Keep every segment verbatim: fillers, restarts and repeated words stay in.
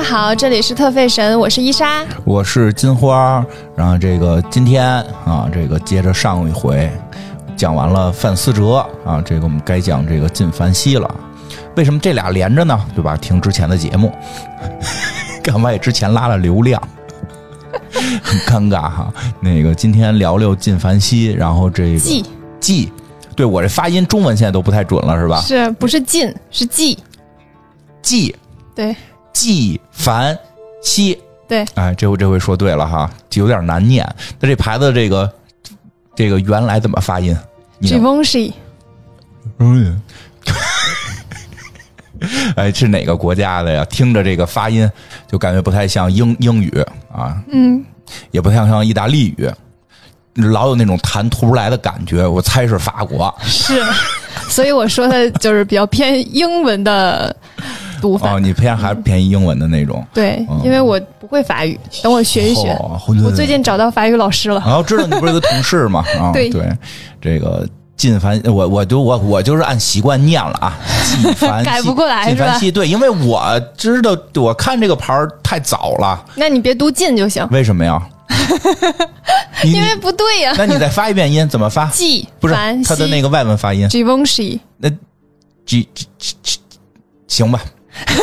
家好，这里是特费神，我是伊莎， 我是金花。然后这个今天啊，这个接着上一回讲完了范思哲啊，这个我们该讲这个靳凡熙了。为什么这俩连着呢？对吧？听之前的节目，干嘛也之前拉了流量，很尴尬哈。那个今天聊聊靳凡熙，然后这个季季，对我这发音中文现在都不太准了，是吧？ 是不是靳是季？ 季对。 纪梵希， 对， 哎，这回这回说对了哈，有点难念。那这牌子这个这个原来怎么发音 ？Givenchy， 嗯，哎，是哪个国家的呀？听着这个发音就感觉不太像英英语啊， 嗯， 也不太像意大利语，老有那种弹吐出来的感觉。我猜是法国， 是，所以我说的就是比较偏英文的。 哦，你偏还是偏英文的那种？ 对，嗯、因为我不会法语，等我学一学。哦、我最近找到法语老师了。 然后、哦、知道你不是有个同事吗？啊、 对对，这个靳凡，我我就我我就是按习惯念了啊，靳凡改不过来靳凡熙，对，因为我知道我看这个牌太早了。 那你别读靳就行。 为什么呀？ 因为不对呀、啊。 那你再发一遍音，怎么发？ 靳不是他的那个外文发音。 Givenchy。 那 G G G 行吧。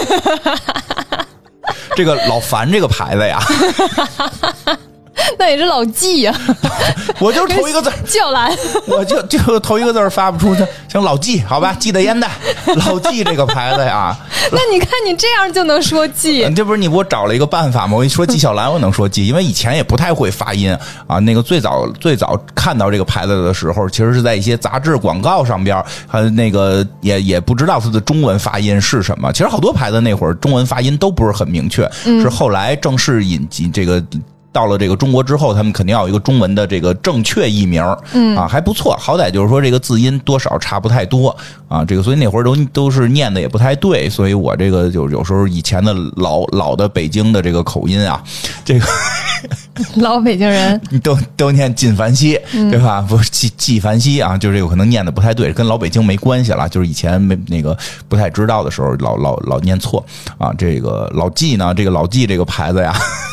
这个老樊这个牌子呀， 那也是老纪呀、啊。 我就头一个字叫兰， 我就就头一个字发不出去。行，老纪，好吧，记得烟袋，老纪这个牌子呀。 那你看你这样就能说纪？ 这不是你给我找了一个办法吗？我一说纪晓岚，我能说纪，因为以前也不太会发音啊。那个最早最早看到这个牌子的时候，其实是在一些杂志广告上边，还那个也也不知道它的中文发音是什么。其实好多牌子那会儿中文发音都不是很明确， 嗯、 是后来正式引进这个。到了这个中国之后，他们肯定要有一个中文的这个正确译名，嗯啊，还不错，好歹就是说这个字音多少差不太多啊，这个所以那会儿都都是念的也不太对，所以我这个就有时候以前的老老的北京的这个口音啊，这个老北京人都都念靳凡熙，对吧？不是纪纪梵希啊，就这个可能念的不太对，跟老北京没关系了，就是以前没那个不太知道的时候，老老老念错啊。这个老纪呢，这个老纪这个牌子呀。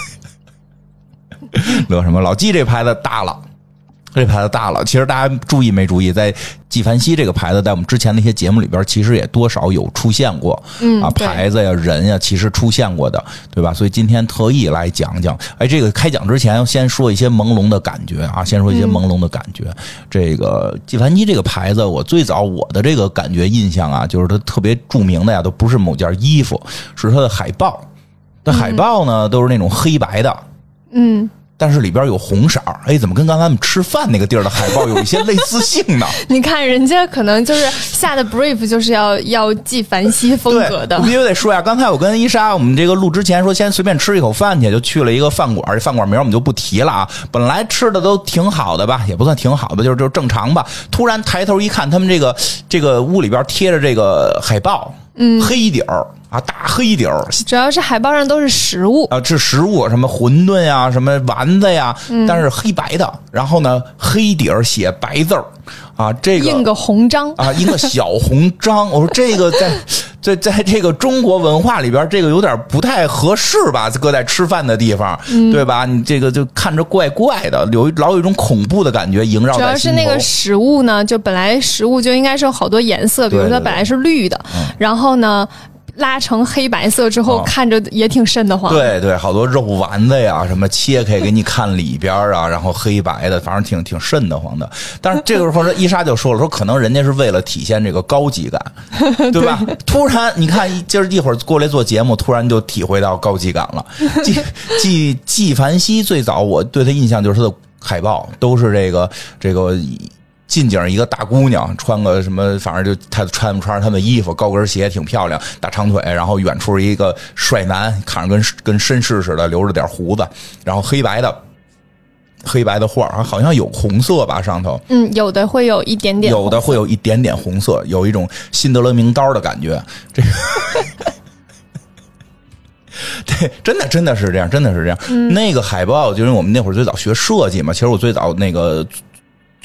乐什么？老纪这牌子大了，这牌子大了。其实大家注意没注意，在纪梵希这个牌子，在我们之前那些节目里边，其实也多少有出现过。 嗯啊，牌子呀、人呀，其实出现过的，对吧？所以今天特意来讲讲。哎，这个开讲之前，先说一些朦胧的感觉啊，先说一些朦胧的感觉。嗯、这个纪梵希这个牌子，我最早我的这个感觉印象啊，就是它特别著名的呀，都不是某件衣服，是它的海报。那海报呢，嗯、都是那种黑白的。 嗯。 但是里边有红色，哎，怎么跟刚才咱们吃饭那个地儿的海报有一些类似性呢？ 你看人家可能就是下的 brief 就是要要纪梵希风格的。 必须得说呀，刚才我跟伊莎我们这个录之前说先随便吃一口饭去，就去了一个饭馆，这饭馆名我们就不提了啊。本来吃的都挺好的吧，也不算挺好的，就是就正常吧。突然抬头一看，他们这个这个屋里边贴着这个海报，嗯，黑底儿。啊，大黑底儿， 主要是海报上都是食物啊，是食物，什么馄饨呀，什么丸子呀，嗯、但是黑白的，然后呢，黑底儿写白字儿，啊，这个印个红章啊，印个小红章。我说这个在在在这个中国文化里边，这个有点不太合适吧？搁在吃饭的地方，嗯、对吧？你这个就看着怪怪的，有老有一种恐怖的感觉萦绕在心头。主要是那个食物呢，就本来食物就应该是有好多颜色，比如说本来是绿的， 嗯、 然后呢。拉成黑白色之后，看着也挺瘆得慌。 对对，好多肉丸子呀，什么切开给你看里边啊，然后黑白的，反正挺挺瘆得慌的。但是这个时候，伊莎就说了，说可能人家是为了体现这个高级感，对吧？对突然你看，今儿一会儿过来做节目，突然就体会到高级感了。纪纪纪梵希最早我对他印象就是他的海报都是这个这个。近景一个大姑娘，穿个什么，反正就她穿穿着她的衣服，高跟鞋挺漂亮，大长腿，然后远处一个帅男，看着跟跟绅士似的，留着点胡子，然后黑白的黑白的画，好像有红色吧上头， 嗯，有的会有一点点， 有的会有一点点红色，有一种辛德勒名刀的感觉，这个。对，真的真的是这样，真的是这样。嗯、那个海报就是我们那会儿最早学设计嘛，其实我最早那个。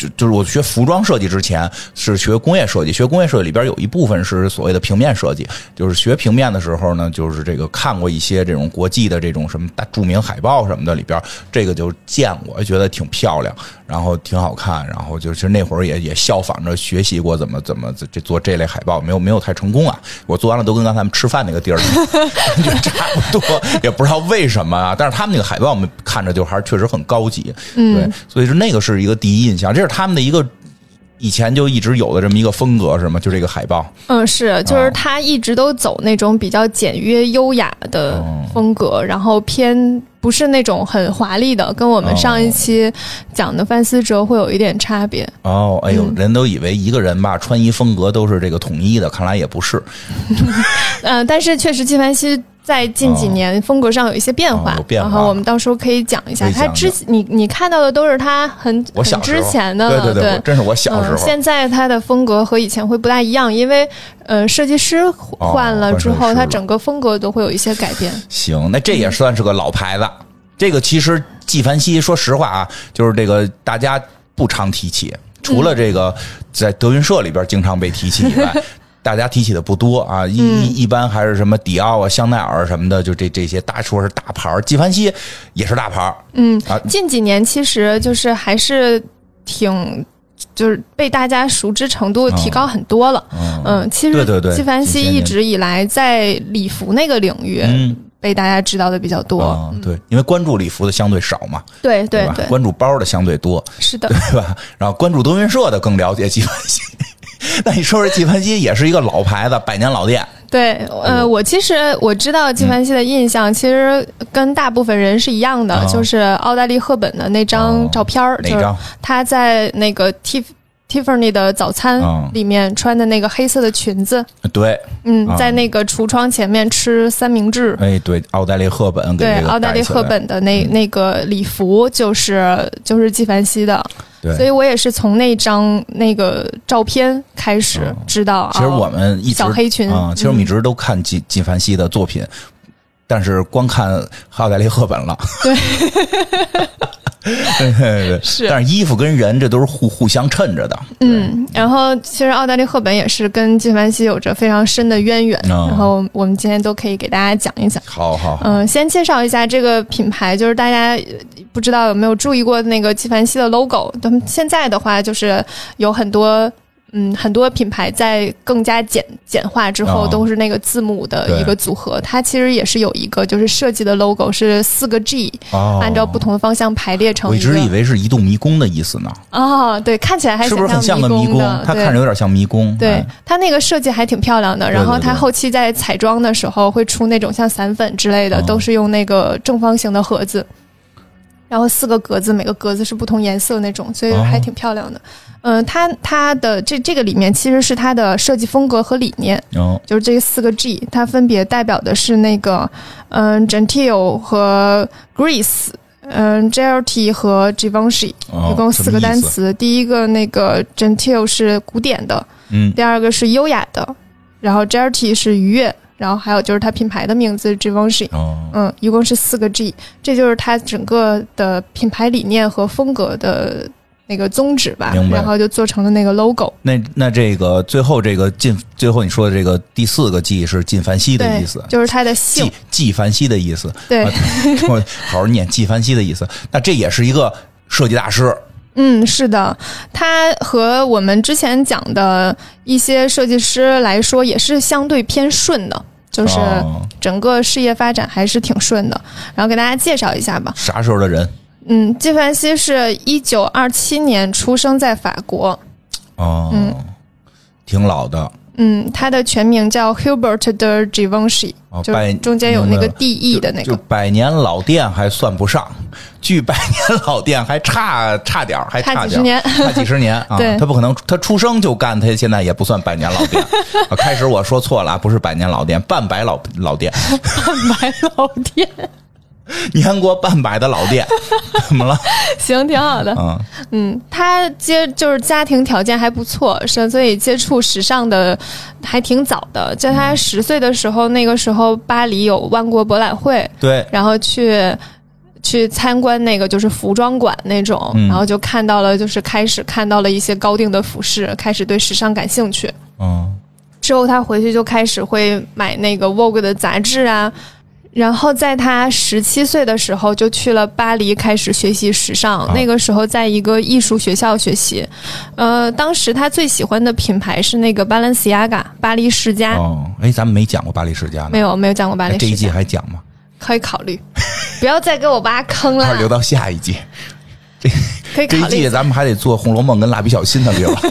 就就是我学服装设计之前是学工业设计，学工业设计里边有一部分是所谓的平面设计，就是学平面的时候呢，就是这个看过一些这种国际的这种什么大著名海报什么的，里边这个就见过，觉得挺漂亮，然后挺好看，然后就是那会儿也也效仿着学习过怎么怎么这做这类海报，没有没有太成功啊，我做完了都跟刚才咱们吃饭那个地儿就差不多，也不知道为什么啊，但是他们那个海报我们看着就还是确实很高级，对，所以是那个是一个第一印象，这是他们的一个以前就一直有的这么一个风格是吗？就这个海报， 嗯，是，就是他一直都走那种比较简约优雅的风格，哦、然后偏不是那种很华丽的，跟我们上一期讲的范思哲会有一点差别。 哦，哎呦，嗯、人都以为一个人吧穿衣风格都是这个统一的，看来也不是。 嗯、呃，但是确实纪梵希在近几年风格上有一些变化， 哦、变化然后我们到时候可以讲一下。他之你你看到的都是他很我小很之前的， 对对对, 对， 真是我小时候、 嗯。现在他的风格和以前会不大一样，因为呃设计师换了之后， 哦、 他整个风格都会有一些改变。 行，那这也算是个老牌子。嗯、这个其实纪梵希，说实话啊，就是这个大家不常提起，除了这个在德云社里边经常被提起以外。大家提起的不多啊，一、嗯、一般还是什么迪奥啊、香奈儿什么的，就这这些大说是大牌。纪梵希也是大牌， 嗯啊，近几年其实就是还是挺，就是被大家熟知程度提高很多了。嗯，嗯其实对对对， 纪梵希一直以来在礼服那个领域。嗯被大家知道的比较多、 嗯，对，因为关注礼服的相对少嘛， 对对 对, 对， 关注包的相对多， 是的， 对吧？然后关注德云社的更了解纪梵希。那你说说纪梵希也是一个老牌子，百年老店。 对，呃，我其实我知道纪梵希的印象，其实跟大部分人是一样的，嗯、就是奥黛丽·赫本的那张照片，哦、 哪张？ 就是她在那个 T。Tiffany 的早餐里面穿的那个黑色的裙子， 对， 嗯，在那个橱窗前面吃三明治， 哎，对，奥黛丽·赫本给对，奥黛丽·赫本的那、嗯、那个礼服就是就是纪梵希的， 对， 所以我也是从那张那个照片开始知道。 嗯、其实我们一直小黑裙啊、嗯，其实我们一直都看纪纪梵希的作品，但是光看奥黛丽·赫本了， 对。 对对对， 是， 但是衣服跟人这都是互互相衬着的。 嗯，然后其实奥黛丽·赫本也是跟纪梵希有着非常深的渊源，嗯、然后我们今天都可以给大家讲一讲。 好好， 嗯、呃，先介绍一下这个品牌，就是大家不知道有没有注意过那个纪梵希的 logo？ 他们现在的话就是有很多。嗯，很多品牌在更加简简化之后，都是那个字母的一个组合。哦、它其实也是有一个，就是设计的 logo 是四个 G，、哦、按照不同的方向排列成一个。 我一直以为是移动迷宫的意思呢。 哦，对，看起来还是不是很像个迷宫？它看着有点像迷宫。 对，哎、它那个设计还挺漂亮的。然后它后期在彩妆的时候会出那种像散粉之类的，哦、都是用那个正方形的盒子。然后四个格子，每个格子是不同颜色那种，所以还挺漂亮的。嗯、哦呃，它它的这这个里面其实是它的设计风格和理念，哦、就是这四个 G， 它分别代表的是那个嗯 Gentile 和 Grace， 嗯 J L T 和 Givenchy，、哦、一共四个单词。第一个那个 Gentile 是古典的，嗯，第二个是优雅的，然后 J L T 是愉悦。然后还有就是它品牌的名字 Givenchy，、哦、嗯，一共是四个 G， 这就是它整个的品牌理念和风格的那个宗旨吧。然后就做成了那个 logo。那那这个最后这个晋，最后你说的这个第四个 G 是纪梵希的意思， 就是它的姓， 纪纪梵希的意思。 对， 我好好念纪梵希的意思。那这也是一个设计大师。 嗯，是的，他和我们之前讲的一些设计师来说，也是相对偏顺的。就是整个事业发展还是挺顺的，然后给大家介绍一下吧。 啥时候的人？ 嗯，纪梵希是一九二七年出生在法国。 哦，嗯，挺老的。 嗯，他的全名叫 Hubert de Givenchy，、哦、就中间有那个 D E 的那个。 就, 就百年老店还算不上，距百年老店还差差点，还差点， 差几十年， 差几十年啊！ 对， 他不可能，他出生就干，他现在也不算百年老店。啊、开始我说错了，不是百年老店，半百老老店， 半百老店。 年过半百的老店，怎么了？ 行，挺好的。嗯嗯，他接就是家庭条件还不错，所以接触时尚的还挺早的。在他十岁的时候，那个时候巴黎有万国博览会， 对， 然后去去参观那个就是服装馆那种， 嗯、 然后就看到了，就是开始看到了一些高定的服饰，开始对时尚感兴趣。 嗯， 之后他回去就开始会买那个 Vogue 的杂志啊，然后在他十七岁的时候就去了巴黎开始学习时尚、啊、那个时候在一个艺术学校学习。呃，当时他最喜欢的品牌是那个 Balenciaga 巴黎世家。 哦，哎，咱们没讲过巴黎世家呢。 没有没有讲过巴黎世家。 这一季还讲吗？ 可以考虑，不要再给我挖坑了。 还是留到下一季。这可以考虑。 这一季咱们还得做《红楼梦》跟《蜡笔小新》的了。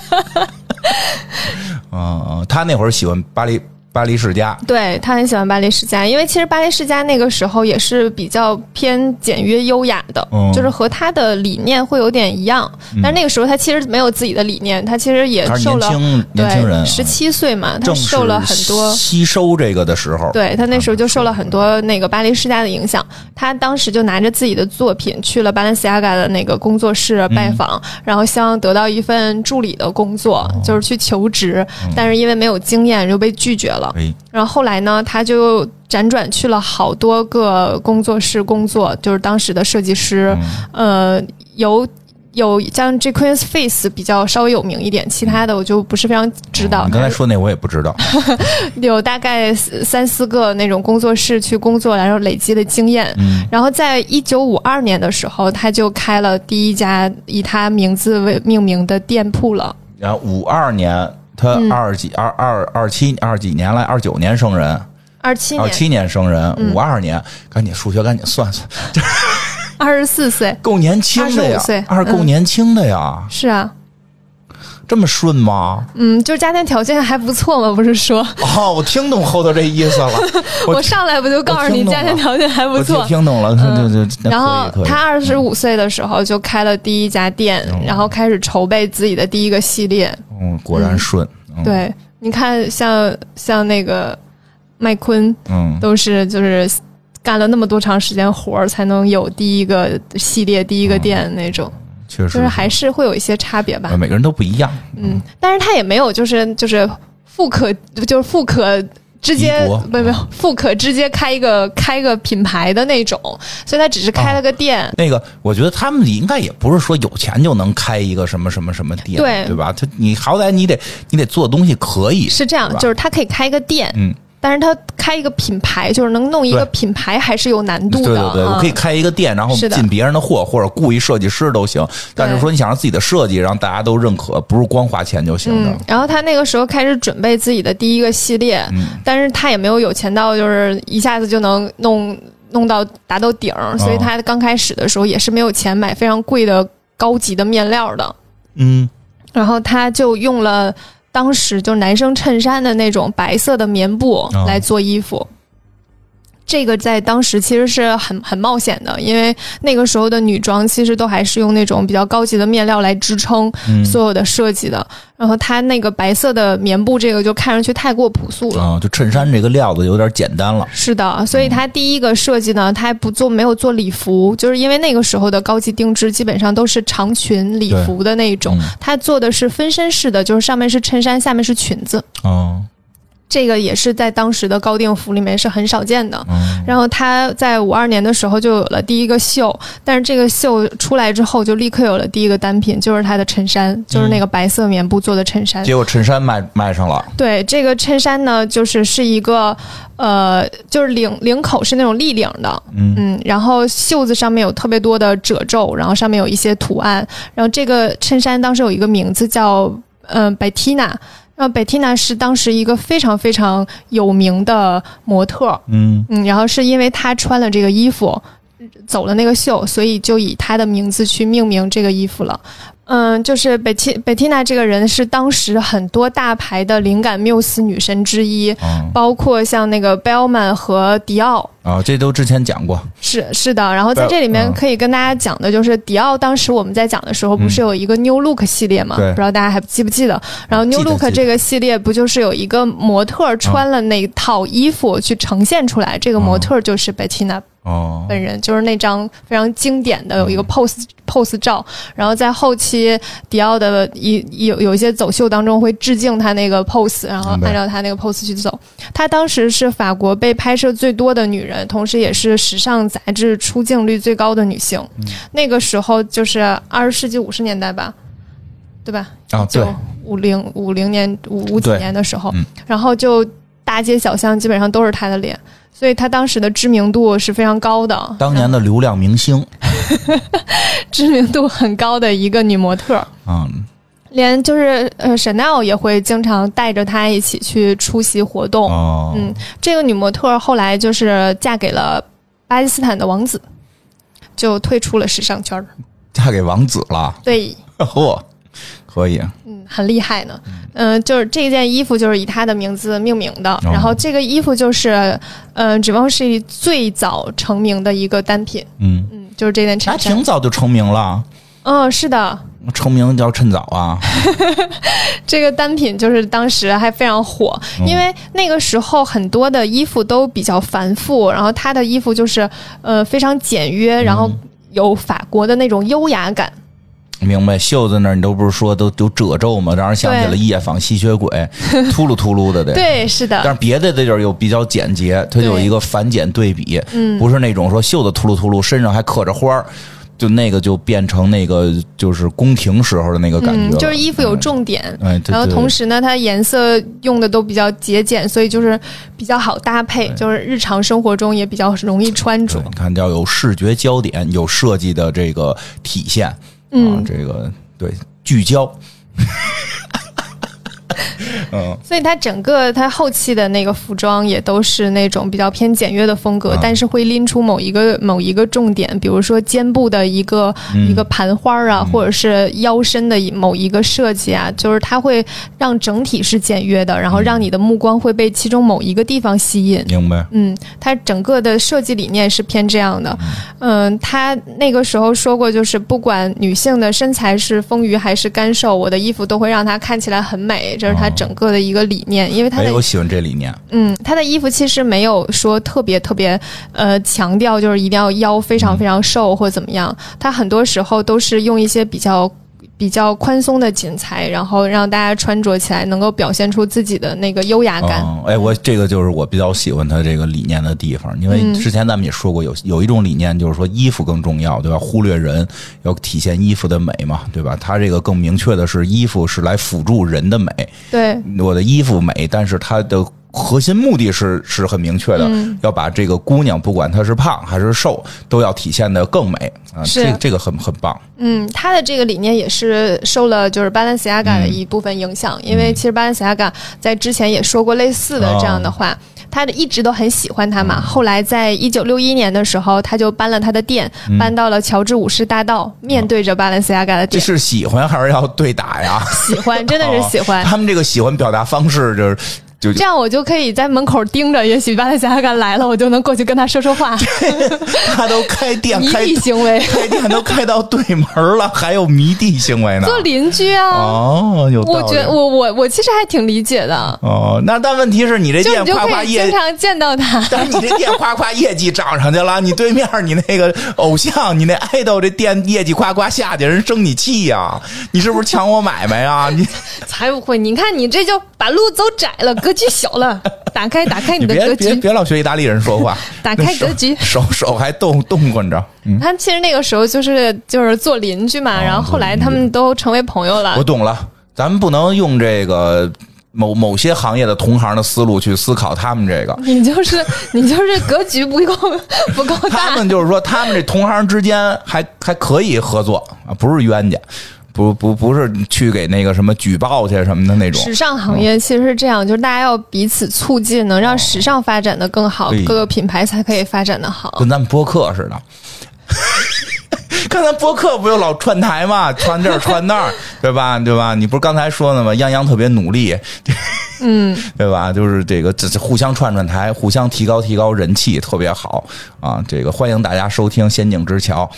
嗯，他那会儿喜欢巴黎巴黎世家， 对，他很喜欢巴黎世家，因为其实巴黎世家那个时候也是比较偏简约优雅的、嗯、就是和他的理念会有点一样、嗯、但是那个时候他其实没有自己的理念，他其实也受了， 他是年轻年轻人， 十七岁嘛，他受了很多吸收这个的时候， 对，他那时候就受了很多那个巴黎世家的影响。他当时就拿着自己的作品去了 Balenciaga 的那个工作室拜访、嗯、然后希望得到一份助理的工作、哦、就是去求职、嗯、但是因为没有经验就被拒绝了。然后后来呢，他就辗转去了好多个工作室工作，就是当时的设计师，嗯、呃，有有像 Jacquemus Face 比较稍微有名一点，其他的我就不是非常知道。 哦、你刚才说那我也不知道。 有大概三四个那种工作室去工作，然后累积的经验。嗯、然后在一九五二年的时候，他就开了第一家以他名字为命名的店铺了。 然后五二年。他二几二二二七二几年来，二九年生人， 二七年二七年生人，五二、嗯、年，赶紧数学赶紧算算， 二十四岁， 够年轻的呀，二够年轻的呀、 嗯，是啊， 这么顺吗？ 嗯，就是家庭条件还不错嘛，不是说？ 哦，我听懂后头这意思了。 我, 我上来不就告诉你家庭条件还不错？ 我听懂了， 嗯、 对对。 然后他二十五岁的时候就开了第一家店，嗯、然后开始筹备自己的第一个系列。 嗯，果然顺。 嗯、对，你看像像那个麦昆， 嗯， 都是就是干了那么多长时间活儿才能有第一个系列、第一个店那种。嗯， 确实， 就是还是会有一些差别吧。 每个人都不一样。 嗯，但是他也没有就是就是富可就是富可。直接没有没有富可直接开一个开一个品牌的那种，所以他只是开了个店。 哦、那个，我觉得他们应该也不是说有钱就能开一个什么什么什么店， 对对吧？他你好歹你得你得做东西可以是这样，就是他可以开一个店， 嗯。 但是他开一个品牌，就是能弄一个品牌还是有难度的。 对对对，嗯、我可以开一个店，然后进别人的货，或者雇一设计师都行。但是说你想让自己的设计让大家都认可，不是光花钱就行的。 嗯、然后他那个时候开始准备自己的第一个系列，嗯、但是他也没有有钱到就是一下子就能弄弄到达到顶，所以他刚开始的时候也是没有钱买非常贵的高级的面料的。 嗯， 然后他就用了。当时就男生衬衫的那种白色的棉布来做衣服、哦、这个在当时其实是很很冒险的，因为那个时候的女装其实都还是用那种比较高级的面料来支撑所有的设计的、嗯、然后它那个白色的棉布这个就看上去太过朴素了、 哦、就衬衫这个料子有点简单了。 是的，所以它第一个设计呢，它还不做没有做礼服，就是因为那个时候的高级定制基本上都是长裙礼服的那种、嗯、它做的是分身式的，就是上面是衬衫下面是裙子。 哦， 这个也是在当时的高定服里面是很少见的、嗯、然后他在五二年的时候就有了第一个秀，但是这个秀出来之后就立刻有了第一个单品，就是他的衬衫、嗯、就是那个白色棉布做的衬衫。 结果衬衫卖卖上了。 对，这个衬衫呢就是是一个呃就是领领口是那种立领的， 嗯, 嗯然后袖子上面有特别多的褶皱，然后上面有一些图案，然后这个衬衫当时有一个名字叫呃 Bettina，然后贝蒂娜是当时一个非常非常有名的模特， 嗯嗯，然后是因为她穿了这个衣服走了那个秀，所以就以她的名字去命名这个衣服了。嗯，就是贝蒂贝蒂娜这个人是当时很多大牌的灵感缪斯女神之一，嗯、包括像那个贝尔曼和迪奥啊、哦，这都之前讲过。 是是的，然后在这里面可以跟大家讲的就是迪奥，当时我们在讲的时候不是有一个 New Look 系列嘛、嗯？不知道大家还记不记得？然后 New Look 这个系列不就是有一个模特穿了那套衣服去呈现出来，这个模特就是贝蒂娜。 哦， 本人就是那张非常经典的有一个 pose、嗯、pose 照，然后在后期迪奥的一有有一些走秀当中会致敬他那个 pose， 然后按照他那个 pose 去走。她当时是法国被拍摄最多的女人，同时也是时尚杂志出镜率最高的女性。嗯、那个时候就是二十世纪五十年代吧，对吧？ 啊，对， 五零五零年五五几年的时候， 嗯、 然后就大街小巷基本上都是她的脸。所以她当时的知名度是非常高的， 当年的流量明星， 知名度很高的一个女模特。 嗯， 连就是呃 Chanel 也会经常带着她一起去出席活动。 哦， 嗯，这个女模特后来就是嫁给了巴基斯坦的王子，就退出了时尚圈。 嫁给王子了？ 对， 嚯，可以。 嗯，很厉害呢。嗯、呃，就是这件衣服就是以她的名字命名的， 哦、 然后这个衣服就是呃 Givenchy 最早成名的一个单品。 嗯嗯，就是这件衬衫。 还挺早就成名了。 嗯，是的。 成名要趁早啊。 这个单品就是当时还非常火， 嗯、 因为那个时候很多的衣服都比较繁复，然后她的衣服就是呃非常简约，然后有法国的那种优雅感。 明白，袖子那儿你都不是说都都褶皱吗？让人想起了夜访吸血鬼，秃噜秃噜的得。 对，是的。 但是别的这地儿又比较简洁，它有一个繁简对比， 嗯， 不是那种说袖子秃噜秃噜，身上还刻着花儿，就那个就变成那个就是宫廷时候的那个感觉、 嗯、就是衣服有重点， 哎，对对对， 然后同时呢，它颜色用的都比较节俭，所以就是比较好搭配，就是日常生活中也比较容易穿着。 你看，要有视觉焦点，有设计的这个体现。 嗯， 啊、这个对聚焦，嗯， 所以它整个它后期的那个服装也都是那种比较偏简约的风格， 嗯、 但是会拎出某一个某一个重点，比如说肩部的一个、嗯、一个盘花啊，或者是腰身的某一个设计啊，就是它会让整体是简约的，然后让你的目光会被其中某一个地方吸引。 明白？ 嗯，它整个的设计理念是偏这样的。嗯，他那个时候说过，就是不管女性的身材是丰腴还是干瘦，我的衣服都会让她看起来很美，这是他整个的一个理念。因为他的、 哎、我喜欢这理念。 嗯，他的衣服其实没有说特别特别呃强调，就是一定要腰非常非常瘦或怎么样。他很多时候都是用一些比较比较宽松的剪裁，然后让大家穿着起来能够表现出自己的那个优雅感。 哦、哎，我这个就是我比较喜欢他这个理念的地方，因为之前咱们也说过，有有一种理念就是说衣服更重要，对吧？忽略人，要体现衣服的美嘛，对吧？他这个更明确的是，衣服是来辅助人的美。 对， 我的衣服美，但是它的核心目的是是很明确的、嗯，要把这个姑娘不管她是胖还是瘦，都要体现的更美啊！这这个很很棒。 嗯，他的这个理念也是受了就是 Balenciaga 的一部分影响、嗯，因为其实 Balenciaga 在之前也说过类似的这样的话。哦，他一直都很喜欢他嘛、嗯、后来在一九六一年的时候，他就搬了他的店、嗯、搬到了乔治五世大道、嗯、面对着巴伦西亚嘎的店。 这是喜欢还是要对打呀？ 喜欢，真的是喜欢、哦、 他们这个喜欢表达方式就是就这样，我就可以在门口盯着，也许巴伦西亚嘎来了，我就能过去跟他说说话。 他都开店迷弟行为， 开店都开到对门了，还有迷弟行为呢？ 做邻居啊！ 哦，有道理。 我觉得我我我其实还挺理解的。 哦，那但问题是你这店夸夸业经常见到他， 但是你这店夸夸业绩涨上去了，你对面你那个偶像，你那爱豆这店业绩夸夸下去，人生你气呀、啊？你是不是抢我买卖呀？你才不会！你看你这就把路走窄了，格局小了。打开打开你的格局， 别别别老学意大利人说话。 打开格局， 手手还动动滚着。嗯， 他其实那个时候就是就是做邻居嘛、哦，然后后来他们都成为朋友了。 我懂了，咱们不能用这个某某些行业的同行的思路去思考他们这个。 你就是你就是格局不够不够大。 他们就是说，他们这同行之间还还可以合作啊，不是冤家。不不不是去给那个什么举报去什么的那种。 时尚行业其实是这样，嗯、就是大家要彼此促进，能让时尚发展的更好，哦、各个品牌才可以发展的好。 跟咱们播客似的，看咱播客不就老串台嘛，串这儿串那儿，对吧？对吧？你不是刚才说的吗？泱泱特别努力， 嗯， 对吧？就是这个这互相串串台，互相提高提高人气，特别好啊！这个欢迎大家收听《仙境之桥》。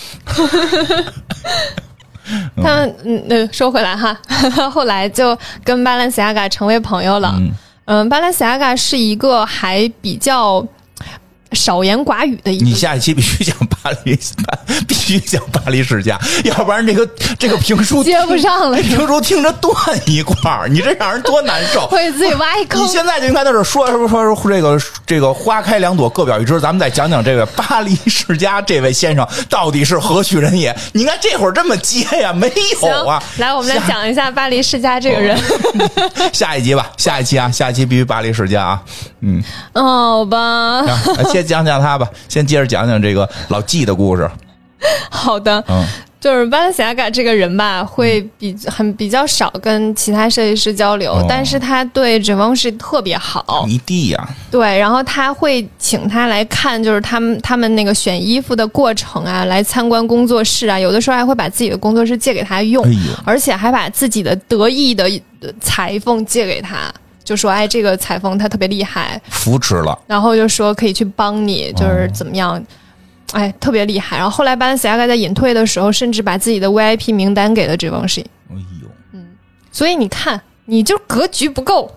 他们嗯，呃，说回来哈，后来就跟巴伦西亚嘎成为朋友了。嗯，嗯巴伦西亚嘎是一个还比较少言寡语的一个。 你下一期必须讲巴黎，必须讲巴黎世家，要不然这个这个评书接不上了， 评书听着断一块儿，你这让人多难受。 会自己挖一坑。 你现在就应该在这说说说说这个这个花开两朵，各表一枝。咱们再讲讲这个巴黎世家这位先生到底是何许人也？你看这会儿这么接呀，没有啊。 来，我们来讲一下巴黎世家这个人。 下一集吧，下一期啊，下一期必须巴黎世家啊。嗯， 好吧。 先讲讲他吧，先接着讲讲这个老纪的故事。 好的， 嗯， 就是巴伦西亚嘎这个人吧，会比很比较少跟其他设计师交流，哦、但是他对整方是特别好， 迷弟呀， 对，然后他会请他来看，就是他们他们那个选衣服的过程啊，来参观工作室啊，有的时候还会把自己的工作室借给他用，哎、而且还把自己的得意的裁缝借给他。就说哎，这个裁缝他特别厉害， 扶持了， 然后就说可以去帮你，就是怎么样，哦、哎，特别厉害。然后后来巴伦西亚嘎在隐退的时候，甚至把自己的 V I P 名单给了这帮谁。 哎呦， 嗯，所以你看，你就格局不够，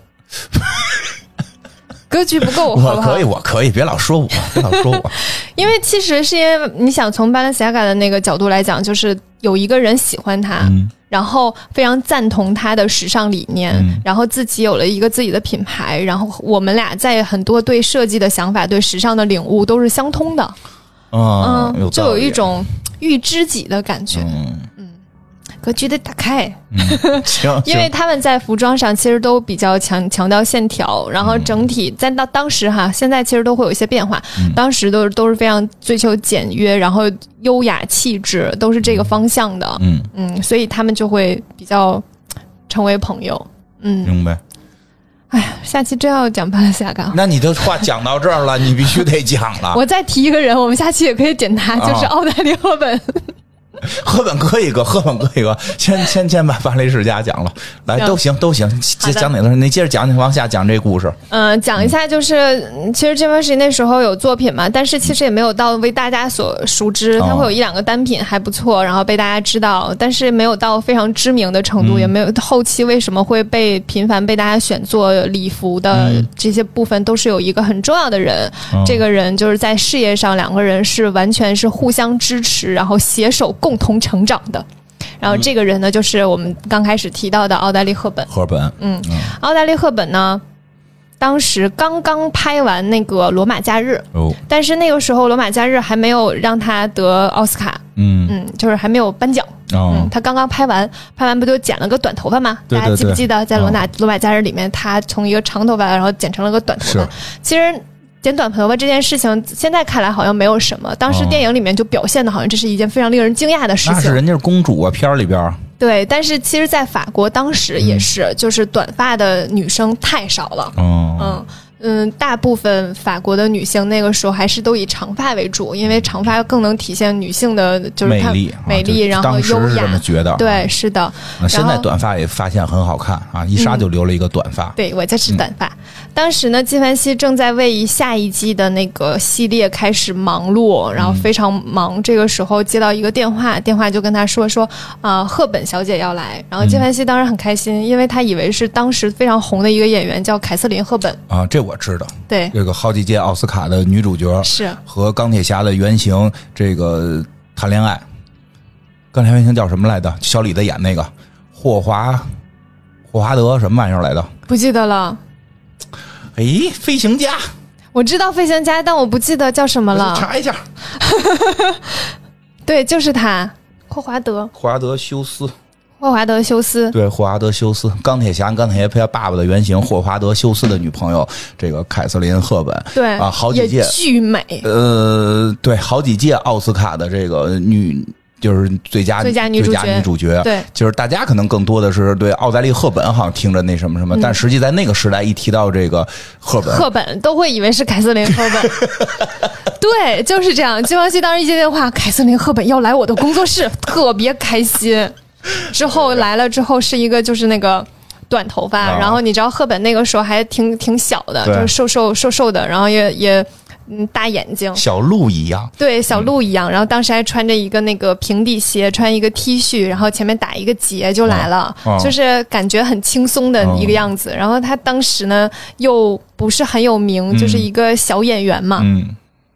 格局不够，好不好？ 我可以，我可以，别老说我，别老说我。 因为其实是因为你想从巴伦西亚嘎的那个角度来讲，就是有一个人喜欢他。嗯，然后非常赞同他的时尚理念、嗯、然后自己有了一个自己的品牌，然后我们俩在很多对设计的想法对时尚的领悟都是相通的， 嗯， 嗯，就有一种遇知己的感觉。嗯嗯，格局得打开。 嗯，行， 因为他们在服装上其实都比较强强调线条，然后整体在到当时哈，现在其实都会有一些变化，嗯、当时都是都是非常追求简约，然后优雅气质，都是这个方向的。嗯嗯，所以他们就会比较成为朋友。嗯， 明白。 哎呀，下期真要讲巴伦西亚嘎， 那你的话讲到这儿了，你必须得讲了。 我再提一个人，我们下期也可以点他，就是奥黛丽·赫本。 赫本搁一个，赫本搁一个，先先先把巴黎世家讲了，来都行都行，讲哪个？你接着讲，你往下讲这故事。 嗯、呃，讲一下就是，嗯、其实这番时那时候有作品嘛，但是其实也没有到为大家所熟知，它会有一两个单品还不错，然后被大家知道，但是没有到非常知名的程度，嗯、也没有后期为什么会被频繁被大家选做礼服的、嗯、这些部分，都是有一个很重要的人，嗯、这个人就是在事业上两个人是完全是互相支持，然后携手共同成长的。然后这个人呢，就是我们刚开始提到的奥黛丽·赫本。 赫本，嗯， 嗯奥黛丽·赫本呢，当时刚刚拍完那个《罗马假日》，哦，但是那个时候《罗马假日》还没有让他得奥斯卡，嗯嗯，就是还没有颁奖。哦、嗯，他刚刚拍完，拍完不就剪了个短头发吗？ 对对对， 大家记不记得在罗马《罗马假日》里面，他从一个长头发，然后剪成了个短头发？其实。剪短头发这件事情，现在看来好像没有什么。当时电影里面就表现的好像这是一件非常令人惊讶的事情。 那是人家是公主啊，片儿里边。 对，但是其实，在法国当时也是，嗯、就是短发的女生太少了。哦、嗯嗯，大部分法国的女性那个时候还是都以长发为主，因为长发更能体现女性的就是美丽， 美丽， 啊、 然后优雅。 这么觉得？ 对，是的。 现在短发也发现很好看啊，一莎就留了一个短发。 嗯、对，我就是短发。嗯、当时呢，纪梵希正在为下一季的那个系列开始忙碌，然后非常忙。嗯、这个时候接到一个电话，电话就跟他说说啊、呃，赫本小姐要来。然后纪梵希当然很开心，因为他以为是当时非常红的一个演员叫凯瑟琳·赫本啊，这我知道。 对， 这个好几届奥斯卡的女主角是和钢铁侠的原型这个谈恋爱。钢铁侠原型叫什么来着？小李子演那个霍华霍华德什么玩意儿来的？ 不记得了。 哎，飞行家， 我知道飞行家，但我不记得叫什么了。 查一下。 对，就是他，霍华德。 霍华德休斯。 霍华德休斯， 对，霍华德休斯，钢铁侠，钢铁侠他爸爸的原型，霍华德休斯的女朋友，这个凯瑟琳·赫本， 对啊，好几届巨美， 呃，对，好几届奥斯卡的这个女。就是最佳最佳女主角， 最佳女主角， 对， 就是大家可能更多的是对奥黛丽·赫本好像听着那什么什么，嗯、但实际在那个时代一提到这个赫本， 赫本都会以为是凯瑟琳·赫本。对，就是这样。纪梵希当时一接电话，凯瑟琳·赫本要来我的工作室，特别开心。之后来了之后是一个就是那个短头发，啊、然后你知道赫本那个时候还挺挺小的，就是瘦瘦瘦瘦的，然后也也。嗯，大眼睛， 小鹿一样， 对，小鹿一样。然后当时还穿着一个那个平底鞋，穿一个 T 恤，然后前面打一个结就来了，哦哦、就是感觉很轻松的一个样子。哦、然后他当时呢又不是很有名，嗯、就是一个小演员嘛。嗯，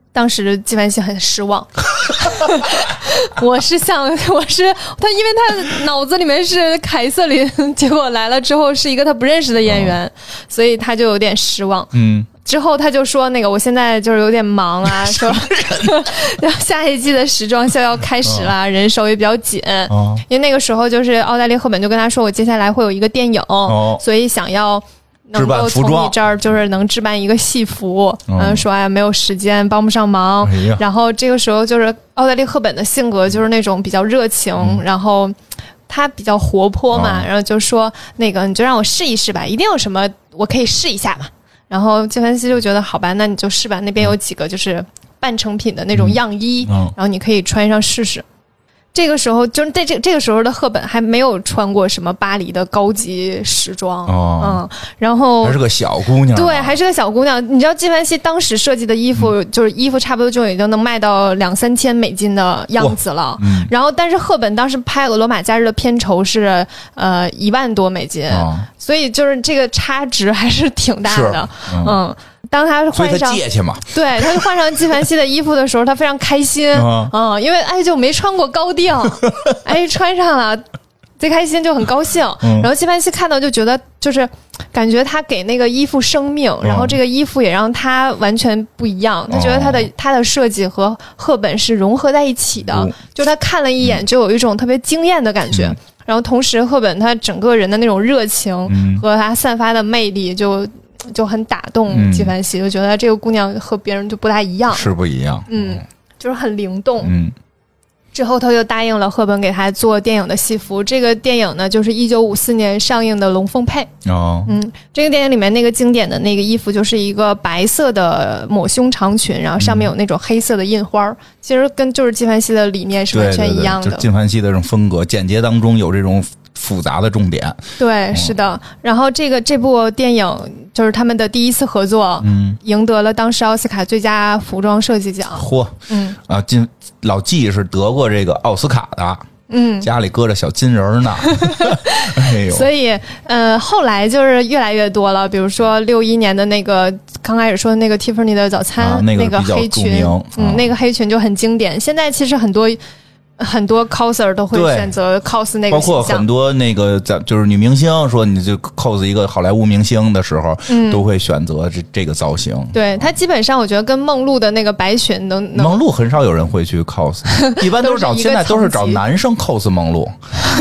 当时纪梵希很失望，我是想我是他，因为他脑子里面是凯瑟琳，结果来了之后是一个他不认识的演员，哦、所以他就有点失望。嗯，之后他就说那个我现在就是有点忙啊，说然后下一季的时装秀要开始了，哦、人手也比较紧，哦、因为那个时候就是奥黛丽·赫本就跟他说我接下来会有一个电影，哦、所以想要。能够从你这儿就是能置办一个戏服，嗯，说哎没有时间帮不上忙，哎、然后这个时候就是奥黛丽·赫本的性格就是那种比较热情，嗯、然后她比较活泼嘛，嗯、然后就说那个你就让我试一试吧，一定有什么我可以试一下嘛。然后纪梵希就觉得好吧，那你就试吧，那边有几个就是半成品的那种样衣，嗯嗯、然后你可以穿上试试。这个时候就是在这这个时候的赫本还没有穿过什么巴黎的高级时装，哦、嗯，然后还是个小姑娘， 对，还是个小姑娘。你知道纪梵希当时设计的衣服，嗯、就是衣服差不多就已经能卖到两三千美金的样子了。嗯、然后，但是赫本当时拍《俄罗马假日》的片酬是呃一万多美金，哦、所以就是这个差值还是挺大的，嗯。嗯当他换上， 所以他借去嘛， 对，他就换上纪梵希的衣服的时候，他非常开心，嗯，嗯，因为哎就没穿过高定，哎穿上了，贼开心就很高兴。嗯、然后纪梵希看到就觉得就是感觉他给那个衣服生命，嗯、然后这个衣服也让他完全不一样。他觉得他的、嗯、他的设计和赫本是融合在一起的，嗯、就他看了一眼就有一种特别惊艳的感觉。嗯、然后同时赫本他整个人的那种热情和他散发的魅力就。就很打动纪梵希，就觉得这个姑娘和别人就不大一样， 是不一样， 嗯，就是很灵动，嗯。之后他就答应了赫本给他做电影的戏服，这个电影呢就是一九五四年上映的《龙凤配》哦，嗯，这个电影里面那个经典的那个衣服就是一个白色的抹胸长裙，然后上面有那种黑色的印花，嗯、其实跟就是纪梵希的理念是完全一样的， 对对对，就纪梵希的这种风格，简洁当中有这种复杂的重点， 对，嗯、是的。然后这个这部电影就是他们的第一次合作，嗯，赢得了当时奥斯卡最佳服装设计奖。 嚯，嗯啊，金老纪是得过这个奥斯卡的，嗯，家里搁着小金人呢。哎呦， 所以呃，后来就是越来越多了，比如说六一年的那个刚开始说的那个 Tiffany 的早餐， 啊、那个那个黑裙， 啊、 嗯，那个黑裙就很经典。现在其实很多。很多 coser 都会选择 cos 那个包括很多那个就是女明星说你就 cos 一个好莱坞明星的时候，嗯、都会选择这这个造型。 对，它基本上我觉得跟梦露的那个白裙能梦露很少有人会去 cos， 一般都是找现在都是找男生 cos 梦露。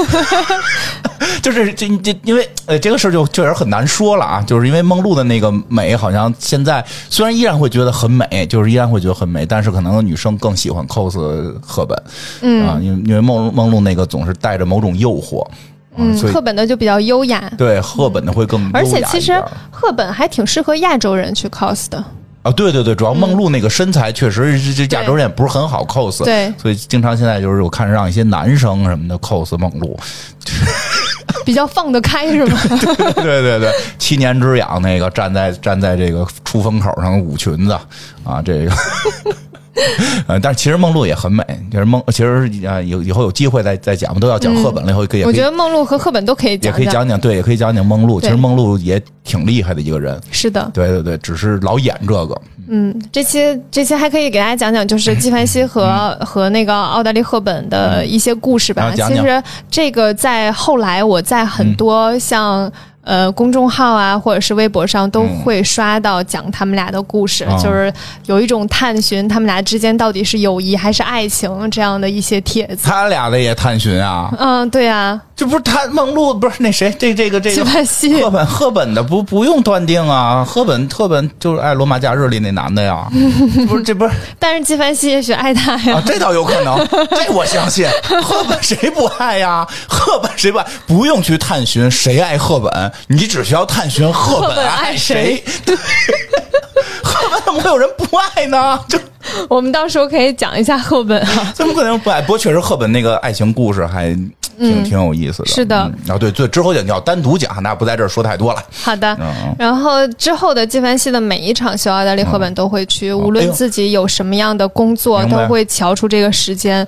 就是这这因为呃这个事就确实很难说了啊，就是因为梦露的那个美好像现在虽然依然会觉得很美，就是依然会觉得很美，但是可能女生更喜欢 cos 赫本，嗯啊，因为因为梦梦露那个总是带着某种诱惑。 嗯，赫本的就比较优雅， 对，赫本的会更优雅一点， 而且其实赫本还挺适合亚洲人去 cos 的。 啊，对对对，主要梦露那个身材确实这这亚洲人也不是很好 cos， 对，所以经常现在就是我看让一些男生什么的 cos 梦露， 比较放得开是吗？ 对对对对，七年之痒那个站在站在这个出风口上捂裙子啊，这个。呃，但是其实梦露也很美，就是梦，其实啊，以以后有机会再再讲，都要讲赫本了以后可以。 我觉得梦露和赫本都可以讲， 也可以讲讲，对，也可以讲讲梦露。其实梦露也挺厉害的一个人， 是的， 对对对，只是老演这个。 嗯，这期这期还可以给大家讲讲，就是纪梵希和、嗯、和那个奥黛丽·赫本的一些故事吧。 嗯、讲讲其实这个在后来我在很多像。嗯呃，公众号啊，或者是微博上都会刷到讲他们俩的故事，嗯、就是有一种探寻他们俩之间到底是友谊还是爱情这样的一些帖子。 他俩的也探寻啊？ 嗯，对啊， 这不是他梦露不是那谁这这个这个纪梵希赫本赫本的不不用断定啊，赫本赫本就是爱罗马假日里那男的呀，不是这不是？ 但是纪梵希也许爱他呀、 啊，这倒有可能，这我相信。赫本谁不爱呀？赫本谁不爱？不用去探寻谁爱赫本。你只需要探寻赫本爱谁，赫本怎么会有人不爱呢？就我们到时候可以讲一下赫本啊， 怎么可能不爱？不过确实赫本那个爱情故事还挺、嗯、挺有意思的。 是的， 嗯、啊对对，之后就要单独讲，那不在这儿说太多了。 好的，嗯、然后之后的纪梵希的每一场秀，奥黛丽·赫本都会去，嗯、无论自己有什么样的工作，都会瞧出这个时间。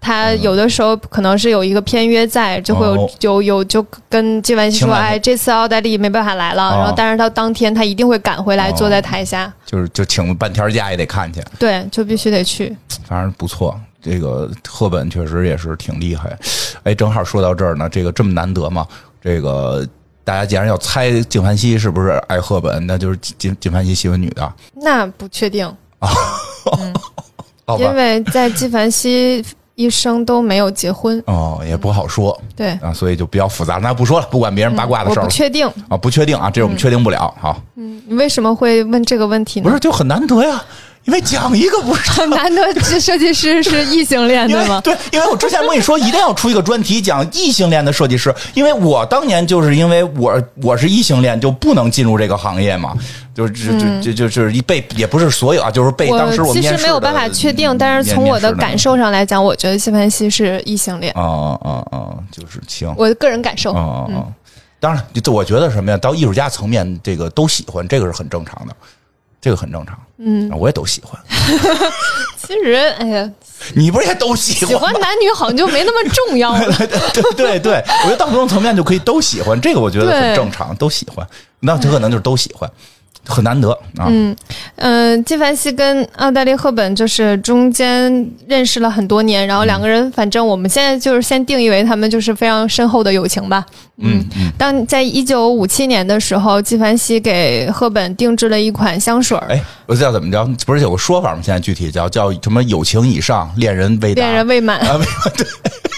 他有的时候可能是有一个片约在，就会有、哦、有有就跟纪梵希说，哎，这次奥黛丽没办法来了，哦、然后但是他当天他一定会赶回来，哦、坐在台下， 就是就请半天假也得看去， 对，就必须得去， 反正不错。这个赫本确实也是挺厉害，哎，正好说到这儿呢，这个这么难得嘛，这个。大家既然要猜纪梵希是不是爱赫本，那就是纪纪梵希喜欢女的。 那不确定啊、 嗯， 因为在纪梵希一生都没有结婚哦，也不好说。 嗯、对啊， 所以就比较复杂。那不说了，不管别人八卦的事儿、嗯， 我不确定啊，不确定啊，这我们确定不了。好， 嗯，你为什么会问这个问题呢？ 不是，就很难得呀。因为讲一个不是很难得，这设计师是异性恋对吗？ 对，因为我之前跟你说一定要出一个专题讲异性恋的设计师，因为我当年就是因为我我是异性恋就不能进入这个行业嘛，就就就就就是一被也不是所有啊，就是被当时我其实没有办法确定，但是从我的感受上来讲，我觉得纪梵希是异性恋。 哦哦哦，就是行， 我个人感受。 哦哦哦，当然，我觉得什么呀？到艺术家层面，这个都喜欢，这个是很正常的。这个很正常，嗯，我也都喜欢。 其实，哎呀， 你不是也都喜欢？ 喜欢男女好像就没那么重要了。 对对对对，我觉得到不同层面就可以都喜欢，这个我觉得很正常，都喜欢。那这可能就是都喜欢。很难得啊。 嗯嗯、呃，纪梵希跟奥黛丽·赫本就是中间认识了很多年，然后两个人反正我们现在就是先定义为他们就是非常深厚的友情吧。嗯，嗯当在一九五七年的时候，纪梵希给赫本定制了一款香水。 哎，我知道怎么着，不是有个说法吗？现在具体叫叫什么友情以上，恋人未达， 恋人未满啊， 对。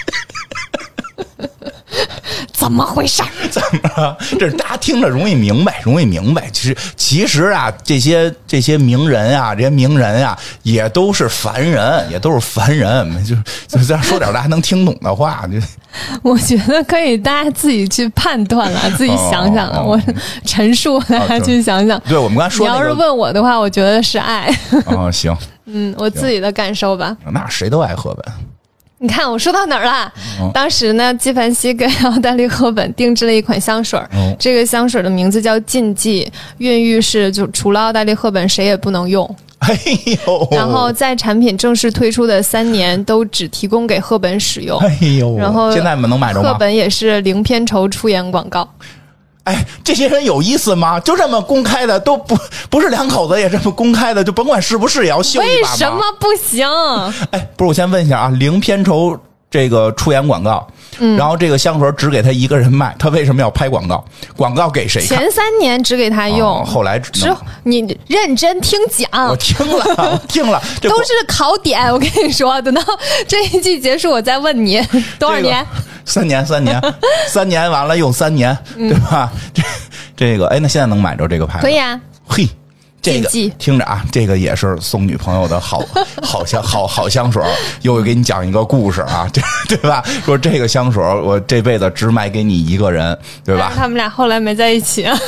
怎么回事？ 怎么了？这是大家听着容易明白，容易明白。其实，其实啊，这些这些名人啊，这些名人啊，也都是凡人，也都是凡人。就就这样说点大家能听懂的话。就我觉得可以，大家自己去判断了，自己想想了。哦、我陈述，大家去想想。 哦、对，我们刚才说、那个， 你要是问我的话，我觉得是爱。 哦，行。 嗯，我自己的感受吧。 那谁都爱赫本。 你看我说到哪儿了、嗯、当时呢纪梵希给奥黛丽·赫本定制了一款香水、嗯、这个香水的名字叫禁忌，孕育是就除了奥黛丽·赫本谁也不能用。 哎呦！ 然后在产品正式推出的三年都只提供给赫本使用。 哎呦！ 然后现在能买着吗？ 赫本也是零片酬出演广告。 哎，这些人有意思吗？就这么公开的，都不不是两口子也这么公开的，就甭管是不是也要秀一把吗？ 为什么不行？ 哎，不是，我先问一下啊，零片酬这个出演广告，嗯，然后这个香水只给他一个人卖，他为什么要拍广告？广告给谁看？ 前三年只给他用， 哦、后来之后你认真听讲， 我听了，我听了， 都是考点。我跟你说，等到这一季结束，我再问你多少年。 这个三年，三年，三年完了用三年，对吧？嗯、这这个，哎，那现在能买着这个牌子？ 可以啊。 嘿，这个听着啊，这个也是送女朋友的好好香好好香水。又给你讲一个故事啊，对对吧？说这个香水我这辈子只买给你一个人，对吧？ 他们俩后来没在一起啊。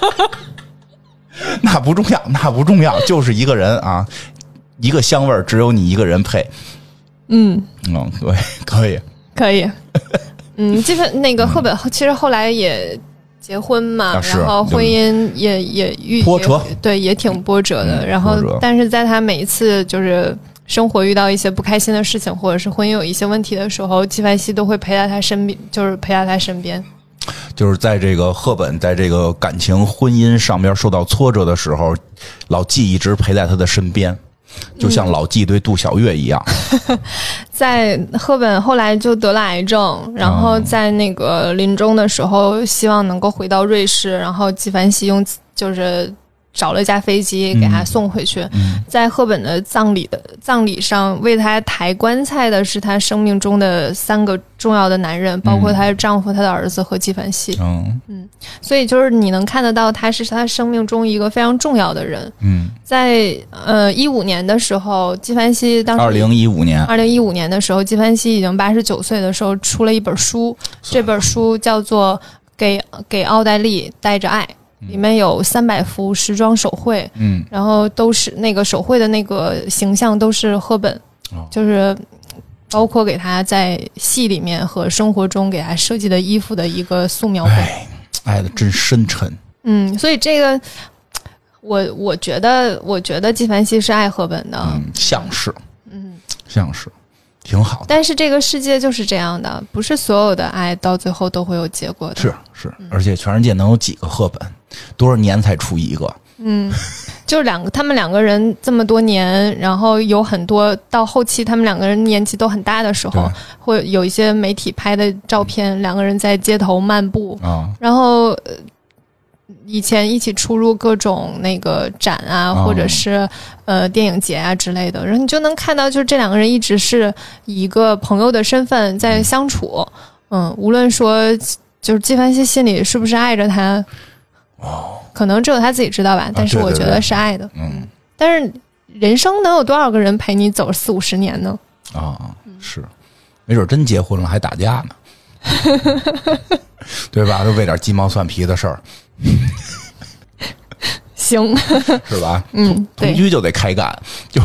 那不重要，那不重要，就是一个人啊，一个香味只有你一个人配。 嗯嗯，对，可以。 可以，嗯，基本那个赫本其实后来也结婚嘛， 啊、 然后婚姻也也遇波折， 对，也挺波折的。 嗯、 然后，但是在他每一次就是生活遇到一些不开心的事情，或者是婚姻有一些问题的时候，纪梵希都会陪在他身边，就是陪在他身边。 就是在这个赫本在这个感情婚姻上边受到挫折的时候，老纪一直陪在他的身边。就像老纪对杜小月一样， 嗯、在赫本后来就得了癌症，然后在那个临终的时候，希望能够回到瑞士，然后纪梵希用就是找了一架飞机给他送回去。 嗯、 在赫本的葬礼的葬礼上，为他抬棺材的是他生命中的三个重要的男人，包括她的丈夫、她的儿子和纪梵希。 嗯嗯，所以就是你能看得到，他是他生命中一个非常重要的人。 嗯， 在呃一五年的时候，纪梵希当时二零一五年， 二零一五年的时候，纪梵希已经八十九岁的时候，出了一本书，这本书叫做《给给奥黛丽带着爱》。里面有三百幅时装手绘， 嗯， 然后都是那个手绘的那个形象都是赫本， 哦、 就是包括给他在戏里面和生活中给他设计的衣服的一个素描本。 哎，爱的真深沉。 嗯，所以这个我我觉得，我觉得纪梵希是爱赫本的， 嗯，像是， 嗯， 像是。 挺好的。 但是这个世界就是这样的，不是所有的爱到最后都会有结果的。 是是，而且全世界能有几个赫本？多少年才出一个？ 嗯，就是两个，他们两个人这么多年，然后有很多到后期，他们两个人年纪都很大的时候，会有一些媒体拍的照片，嗯、两个人在街头漫步， 啊、 然后。以前一起出入各种那个展啊，或者是呃电影节啊之类的，然后你就能看到，就是这两个人一直是以一个朋友的身份在相处。嗯，无论说就是纪梵希心里是不是爱着他，哦，可能只有他自己知道吧。但是我觉得是爱的。啊、对对对嗯，但是人生能有多少个人陪你走四五十年呢？ 啊，是，没准真结婚了还打架呢，对吧？就为点鸡毛蒜皮的事儿。 行， 是吧？ 嗯， 同居就得开干，就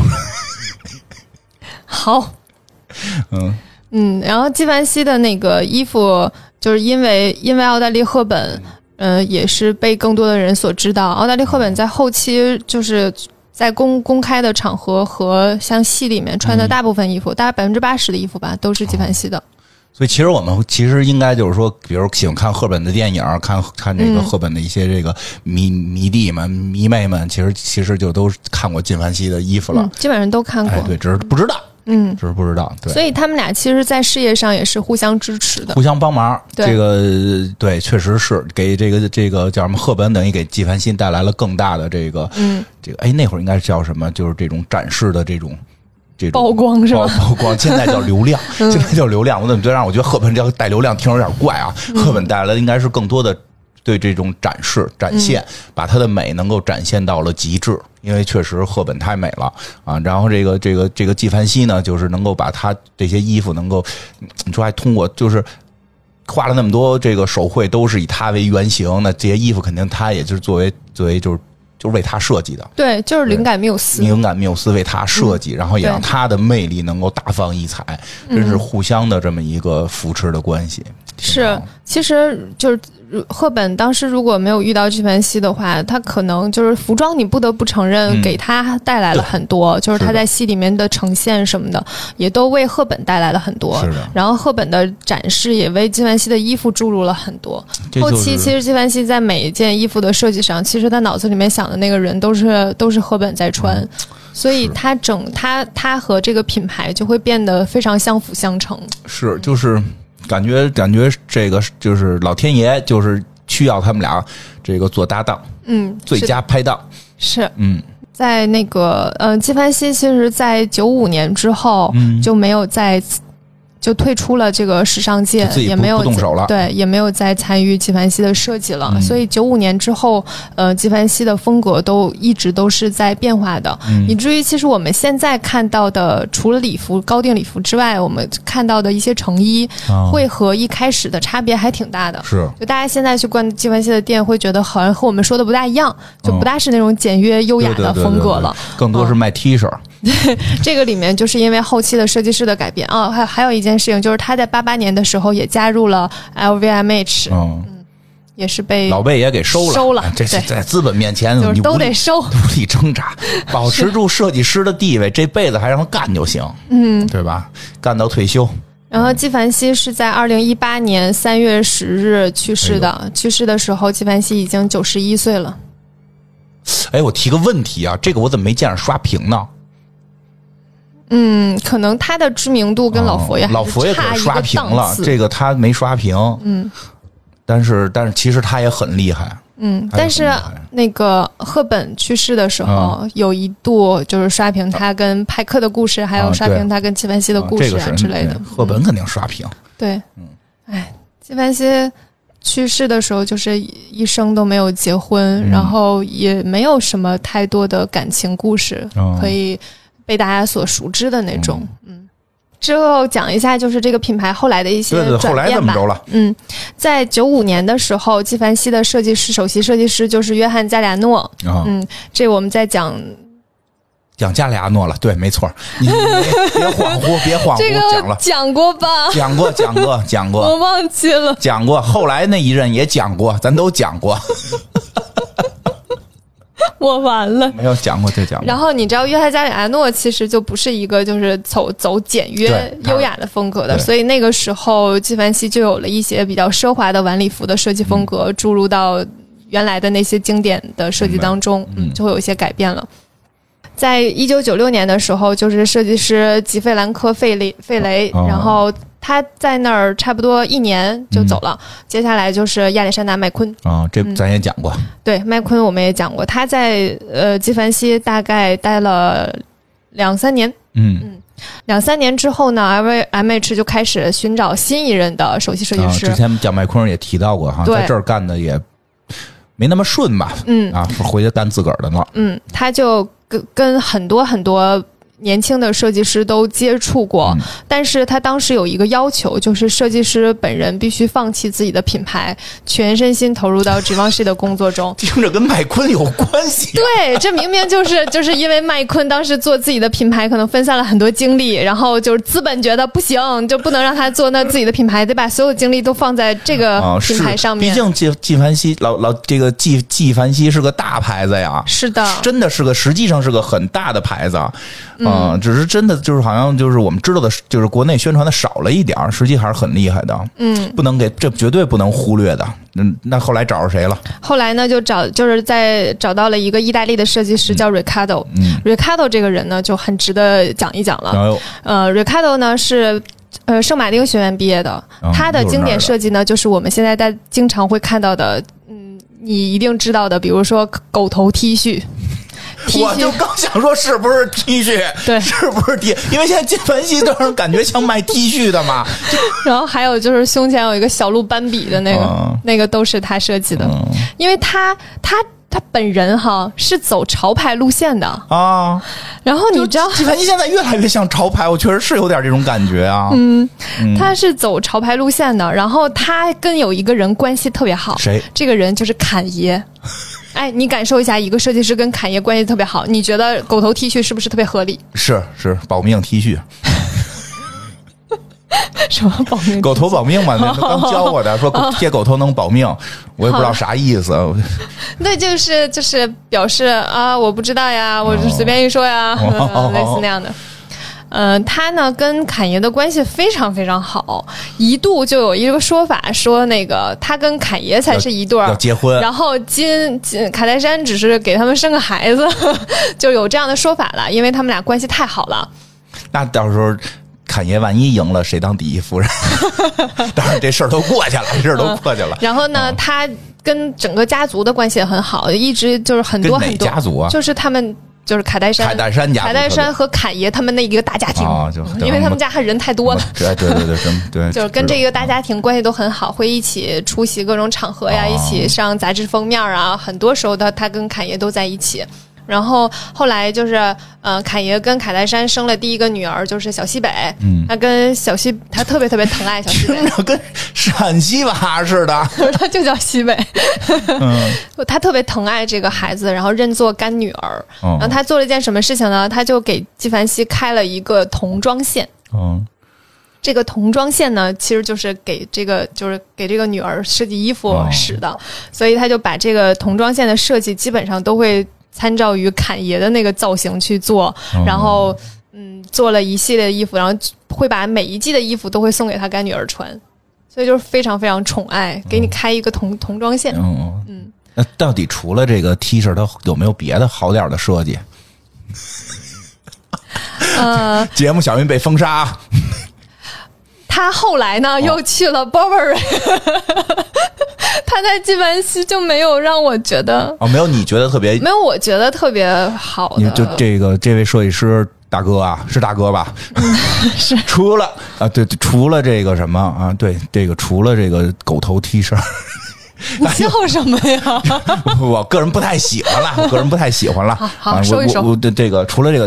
好。 嗯嗯，然后纪梵希的那个衣服，就是因为因为奥黛丽·赫本，呃，也是被更多的人所知道。奥黛丽·赫本在后期就是在公公开的场合和像戏里面穿的大部分衣服，嗯、大概百分之八十的衣服吧，都是纪梵希的。 所以其实我们其实应该就是说，比如喜欢看赫本的电影，看看这个赫本的一些这个迷、嗯、迷弟们、迷妹们，其实其实就都看过纪梵希的衣服了、 嗯，基本上都看过。 哎，对，只是不知道， 嗯， 只是不知道。对， 所以他们俩其实，在事业上也是互相支持的， 互相帮忙。这个对，确实是给这个这个叫什么赫本，等于给纪梵希带来了更大的这个，嗯，这个哎那会儿应该叫什么？就是这种展示的这种。这种曝光是吧？ 曝光，现在叫流量， 嗯、 现在叫流量。我怎么觉得让我觉得赫本这带流量听着有点怪啊？嗯、赫本带来的应该是更多的对这种展示、展现，嗯、把她的美能够展现到了极致。因为确实赫本太美了啊。然后这个这个这个纪梵希呢，就是能够把她这些衣服能够，你说还通过就是画了那么多这个手绘，都是以她为原型，那这些衣服肯定她也就是作为作为就是。就是为他设计的， 对，就是灵感缪斯， 灵感缪斯为他设计，嗯、然后也让他的魅力能够大放异彩，真是互相的这么一个扶持的关系。 是，其实就是赫本当时如果没有遇到纪梵希的话，他可能就是服装，你不得不承认给他带来了很多，嗯、就是他在戏里面的呈现什么的，也都为赫本带来了很多。 是的。 然后赫本的展示也为纪梵希的衣服注入了很多。就是、后期其实纪梵希在每一件衣服的设计上，其实他脑子里面想的那个人都是都是赫本在穿。嗯，所以他整他他和这个品牌就会变得非常相辅相成。 是，就是感觉感觉这个就是老天爷就是需要他们俩这个做搭档， 嗯， 最佳拍档是， 嗯， 在那个呃纪梵希其实在九五年之后就没有再。就退出了这个时尚界，也没有动手了， 对，也没有再参与纪梵希的设计了。嗯、所以九五年之后，呃，纪梵希的风格都一直都是在变化的，嗯、以至于其实我们现在看到的，除了礼服、高定礼服之外，我们看到的一些成衣，哦、会和一开始的差别还挺大的。 是， 就大家现在去逛纪梵希的店，会觉得好像和我们说的不大一样，就不大是那种简约优雅的风格了， 对对对对对，更多是卖 T 恤。 对，这个里面就是因为后期的设计师的改变啊，还还有一件事情就是他在八八年的时候也加入了 L V M H， 嗯，也是被老贝也给收了， 收了， 这在资本面前就是都得收， 无力挣扎，保持住设计师的地位，这辈子还让他干就行， 嗯， 对吧？干到退休。 然后纪梵希是在二零一八年三月十日去世的，哎、去世的时候纪梵希已经九十一岁了。 哎，我提个问题啊，这个我怎么没见着刷屏呢？ 嗯，可能他的知名度跟老佛爷还是老佛爷可是刷屏了，这个他没刷屏。 嗯， 但是但是其实他也很厉害。 嗯，但是那个赫本去世的时候，嗯、有一度就是刷屏他跟派克的故事，啊、还有刷屏他跟纪梵希的故事啊之类的。 啊这个、赫本肯定刷屏。 嗯、对，嗯，哎，纪梵希去世的时候，就是一生都没有结婚，嗯、然后也没有什么太多的感情故事、嗯、可以被大家所熟知的那种。嗯，嗯之后讲一下就是这个品牌后来的一些转变吧。 对对，后来怎么着了？ 嗯，在九五年的时候，纪梵希的设计师首席设计师就是约翰加里亚诺。哦、嗯，这我们在讲。 讲加里亚诺了，对，没错，你别恍惚，别恍惚， 这个讲了， 讲过吧？ 讲过，讲过，讲过， 我忘记了， 讲过。后来那一任也讲过，咱都讲过。 我完了， 没有讲过，这讲过。 然后你知道约翰加里埃诺其实就不是一个就是走走简约优雅的风格的，所以那个时候纪梵希就有了一些比较奢华的晚礼服的设计风格、嗯、注入到原来的那些经典的设计当中，嗯，就会有一些改变了。在一九九六年的时候，就是设计师吉费兰科费雷费雷、哦，然后他在那儿差不多一年就走了。嗯、接下来就是亚历山大麦昆啊、哦，这咱也讲过、嗯。对， 麦昆我们也讲过，他在呃纪梵希大概待了两三年。嗯嗯，两三年之后呢 ，M H 就开始寻找新一任的首席设计师。 哦、之前讲麦昆也提到过哈，在这儿干的也没那么顺吧？嗯啊，回去干自个儿的了。 嗯，他就。跟跟很多很多年轻的设计师都接触过、嗯、但是他当时有一个要求，就是设计师本人必须放弃自己的品牌，全身心投入到Givenchy的工作中。 听着跟麦昆有关系、 啊、对，这明明就是就是因为麦昆当时做自己的品牌可能分散了很多精力，然后就是资本觉得不行，就不能让他做那自己的品牌，得把所有精力都放在这个品牌上面。 毕竟纪纪梵希老老这个纪纪梵希是个大牌子呀， 是的， 真的是个实际上是个很大的牌子。嗯、呃，只是真的就是好像就是我们知道的，就是国内宣传的少了一点，实际还是很厉害的。嗯，不能给这绝对不能忽略的。嗯，那后来找着谁了？ 后来呢，就找就是在找到了一个意大利的设计师叫 Riccardo。嗯 ，Riccardo 这个人呢就很值得讲一讲了。哎、呃 ，Riccardo 呢是呃圣马丁学院毕业的，嗯、他的经典设计呢就是我们现在大家经常会看到的，嗯，你一定知道的，比如说狗头 T 恤。 我就刚想说是不是 T 恤， 对， 是不是 T？ 因为现在纪梵希都让人感觉像卖 T 恤的嘛。 然后还有就是胸前有一个小鹿斑比的那个，嗯、那个都是他设计的，嗯、因为他他他本人哈是走潮牌路线的啊。然后你知道， 纪梵希现在越来越像潮牌，我确实是有点这种感觉啊。 嗯，他是走潮牌路线的，然后他跟有一个人关系特别好， 谁？ 这个人就是侃爷。哎，你感受一下，一个设计师跟侃爷关系特别好，你觉得狗头 T 恤是不是特别合理？ 是是，保命 T 恤。 什么保命？ 狗头保命嘛，那刚教我的，说贴狗头能保命，我也不知道啥意思。 那就是就是表示啊，我不知道呀，我就随便一说呀，哦、类似那样的。呃，他呢跟侃爷的关系非常非常好，一度就有一个说法说那个他跟侃爷才是一对儿， 要结婚， 然后金金卡戴珊只是给他们生个孩子，就有这样的说法了，因为他们俩关系太好了。 那到时候侃爷万一赢了，谁当第一夫人？当然这事儿都过去了，这事儿都过去了。 嗯、然后呢，嗯、他跟整个家族的关系也很好，一直就是很多很多家族啊， 就是他们。就是卡戴珊， 卡戴珊家， 卡戴珊和侃爷他们那一个大家庭， 哦、就因为他们家还人太多了， 对对对对对， 就是跟这个大家庭关系都很好，会一起出席各种场合呀，哦、一起上杂志封面啊，很多时候他他跟侃爷都在一起。然后后来就是，呃，侃爷跟卡戴珊生了第一个女儿，就是小西北。嗯，他跟小西，他特别特别疼爱小西北， 跟陕西娃似的， 他就叫西北。嗯，他特别疼爱这个孩子，然后认作干女儿。嗯，然后他做了一件什么事情呢？他就给纪梵希开了一个童装线。嗯。这个童装线呢，其实就是给这个就是给这个女儿设计衣服使的，哦、所以他就把这个童装线的设计基本上都会参照于侃爷的那个造型去做，哦、然后嗯做了一系列衣服，然后会把每一季的衣服都会送给他干女儿穿，所以就是非常非常宠爱，给你开一个童童装线。 哦、嗯，那到底除了这个 T 恤，它有没有别的好点的设计？呃，节目小云被封杀。 他后来呢，又去了 Burberry， 他在纪梵希就没有让我觉得哦，没有你觉得特别， 没有我觉得特别好的。 你就这个这位设计师大哥啊，是大哥吧？ 嗯、是除了啊，对，除了这个什么啊，对，这个除了这个狗头 T 恤。 你笑什么呀？ 我个人不太喜欢了，我个人不太喜欢了。 好，好，说一说。 我我这个除了这个。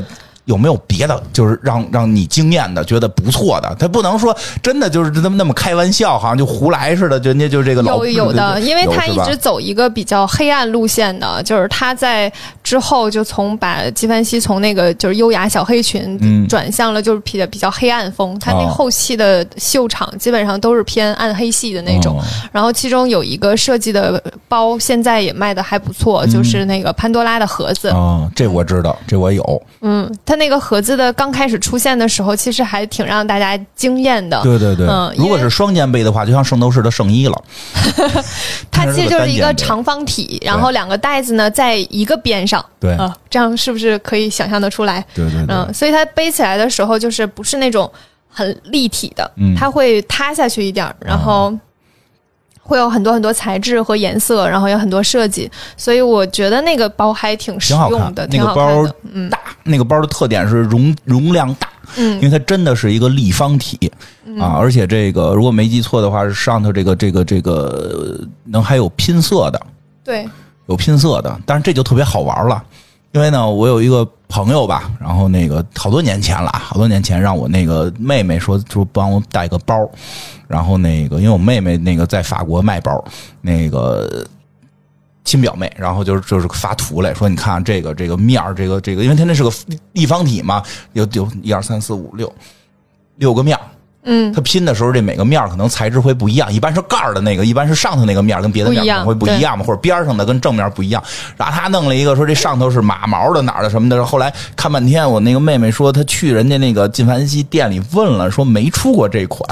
有没有别的，就是让让你惊艳的，觉得不错的？他不能说真的就是那么那么开玩笑，好像就胡来似的，就人家就这个老有有的，因为他一直走一个比较黑暗路线的，就是他在之后就从把纪梵希从那个就是优雅小黑裙转向了就是比较比较黑暗风，他那后期的秀场基本上都是偏暗黑系的那种。哦、然后其中有一个设计的包，现在也卖的还不错，嗯、就是那个潘多拉的盒子。 哦，这我知道，这我有。 嗯，它那个盒子的刚开始出现的时候，其实还挺让大家惊艳的。 对对对，嗯，如果是双肩背的话，就像圣斗士的圣衣了。 它其实就是一个长方体，然后两个带子呢在一个边上。 对、 呃，这样是不是可以想象得出来？ 对对对。 嗯，所以它背起来的时候，就是不是那种很立体的， 嗯、 它会塌下去一点，然后。嗯会有很多很多材质和颜色，然后有很多设计，所以我觉得那个包还挺实用的， 挺好看。那个包大，嗯、那个包的特点是容容量大，嗯，因为它真的是一个立方体、嗯、啊，而且这个如果没记错的话，是上头这个这个这个能还有拼色的， 对， 有拼色的，但是这就特别好玩了。因为呢，我有一个朋友吧，然后那个好多年前了，好多年前让我那个妹妹说，说帮我带个包，然后那个因为我妹妹那个在法国卖包，那个亲表妹，然后就是就是发图来说，你看这个这个面儿，这个这个，因为它那是个立方体嘛，有有一二三四五六六个面儿。 嗯， 它拼的时候，这每个面可能材质会不一样，一般是盖儿的那个，一般是上头那个面跟别的面可能会不一样嘛，或者边上的跟正面不一样。然后他弄了一个说这上头是马毛的哪儿的什么的，后来看半天，我那个妹妹说她去人家那个纪梵希店里问了，说没出过这款。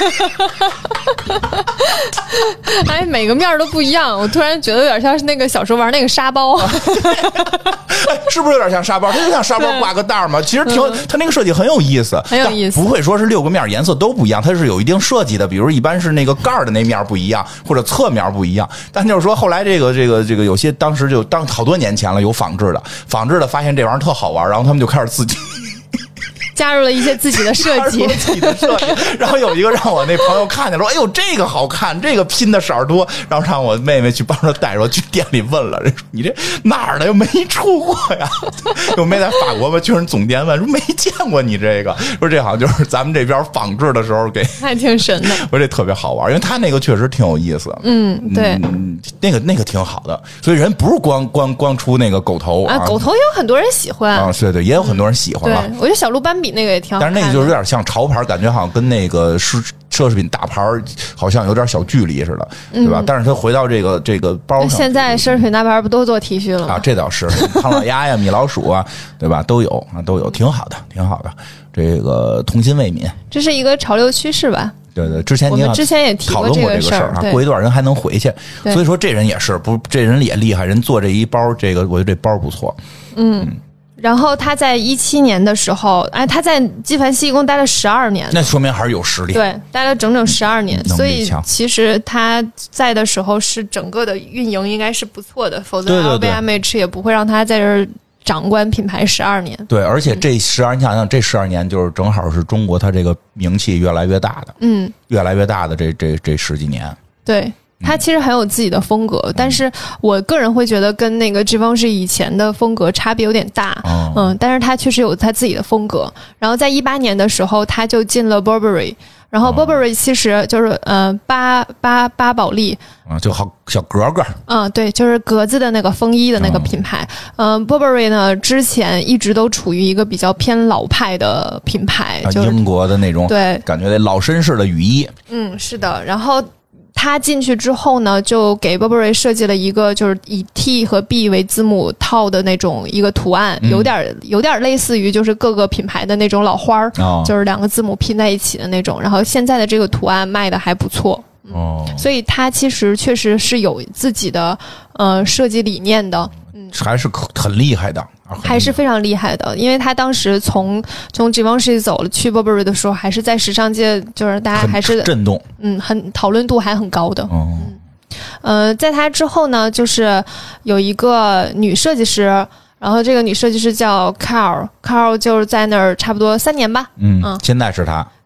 哎，每个面都不一样，我突然觉得有点像是那个小时候玩那个沙包。 是不是有点像沙包？它就像沙包挂个带嘛。其实挺，它那个设计很有意思， 很有意思。 不会说是六个面颜色都不一样，它是有一定设计的。比如一般是那个盖的那面不一样，或者侧面不一样。但就是说后来这个这个这个有些当时就当好多年前了，有仿制的，仿制的发现这玩意儿特好玩，然后他们就开始自己。 加入了一些自己的设计， 自己的设计。然后有一个让我那朋友看见说：“哎呦，这个好看，这个拼的色儿多。”然后让我妹妹去帮着带，说去店里问了，人说：“你这哪儿的又没出过呀？又没在法国吧？”就是总店问说：“没见过你这个。”说这好像就是咱们这边仿制的时候给， 还挺神的。 我说这特别好玩，因为他那个确实挺有意思。 嗯，对， 嗯、那个那个挺好的。所以人不是光光光出那个狗头啊， 啊狗头也有很多人喜欢啊，对对，也有很多人喜欢啊。 对，我觉得小鹿斑比那个也挺好看的， 但是那个就是有点像潮牌，感觉好像跟那个奢奢侈品大牌好像有点小距离似的，对吧？嗯、但是他回到这个这个包上， 现在奢侈品大牌不都做 T 恤了吗？ 啊，这倒是，唐老鸭呀、米老鼠啊，对吧？都有啊，都有，挺好的，挺好的。这个童心未泯， 这是一个潮流趋势吧？ 对对，之前我们之前也提讨论过这个事儿啊，过一段人还能回去，所以说这人也是不，这人也厉害，人做这一包，这个我觉得这包不错， 嗯。嗯然后他在一七年的时候，哎，他在纪梵希一共待了十二年， 那说明还是有实力。 对，待了整整十二年，所以其实他在的时候是整个的运营应该是不错的，否则 L V M H 也不会让他在这儿掌管品牌十二年。 对，而且这十二，你想想，这十二年就是正好是中国它这个名气越来越大的，嗯，越来越大的这这这十几年。 对。他其实很有自己的风格，但是我个人会觉得跟那个Givenchy以前的风格差别有点大，哦、嗯，但是他确实有他自己的风格。然后在一八年的时候，他就进了 Burberry， 然后 Burberry 其实就是呃巴巴巴宝莉啊，就好小格格， 嗯，对，就是格子的那个风衣的那个品牌。嗯、呃、，Burberry 呢之前一直都处于一个比较偏老派的品牌， 啊、 就是英国的那种， 对， 感觉得老绅士的雨衣。 嗯，是的，然后。他进去之后呢，就给 Burberry 设计了一个就是以 T 和 B 为字母套的那种一个图案，有点有点类似于就是各个品牌的那种老花儿，哦、就是两个字母拼在一起的那种。然后现在的这个图案卖的还不错，哦，所以他其实确实是有自己的呃设计理念的，嗯， 还是很厉害的。 还是非常厉害的，因为他当时从从 Givenchy 走了去 Burberry 的时候，还是在时尚界，就是大家还是震动， 嗯，很讨论度还很高的。 哦、 嗯，呃，在他之后呢，就是有一个女设计师，然后这个女设计师叫 Carl，Carl 就是在那儿差不多三年吧。 嗯，嗯现在是他。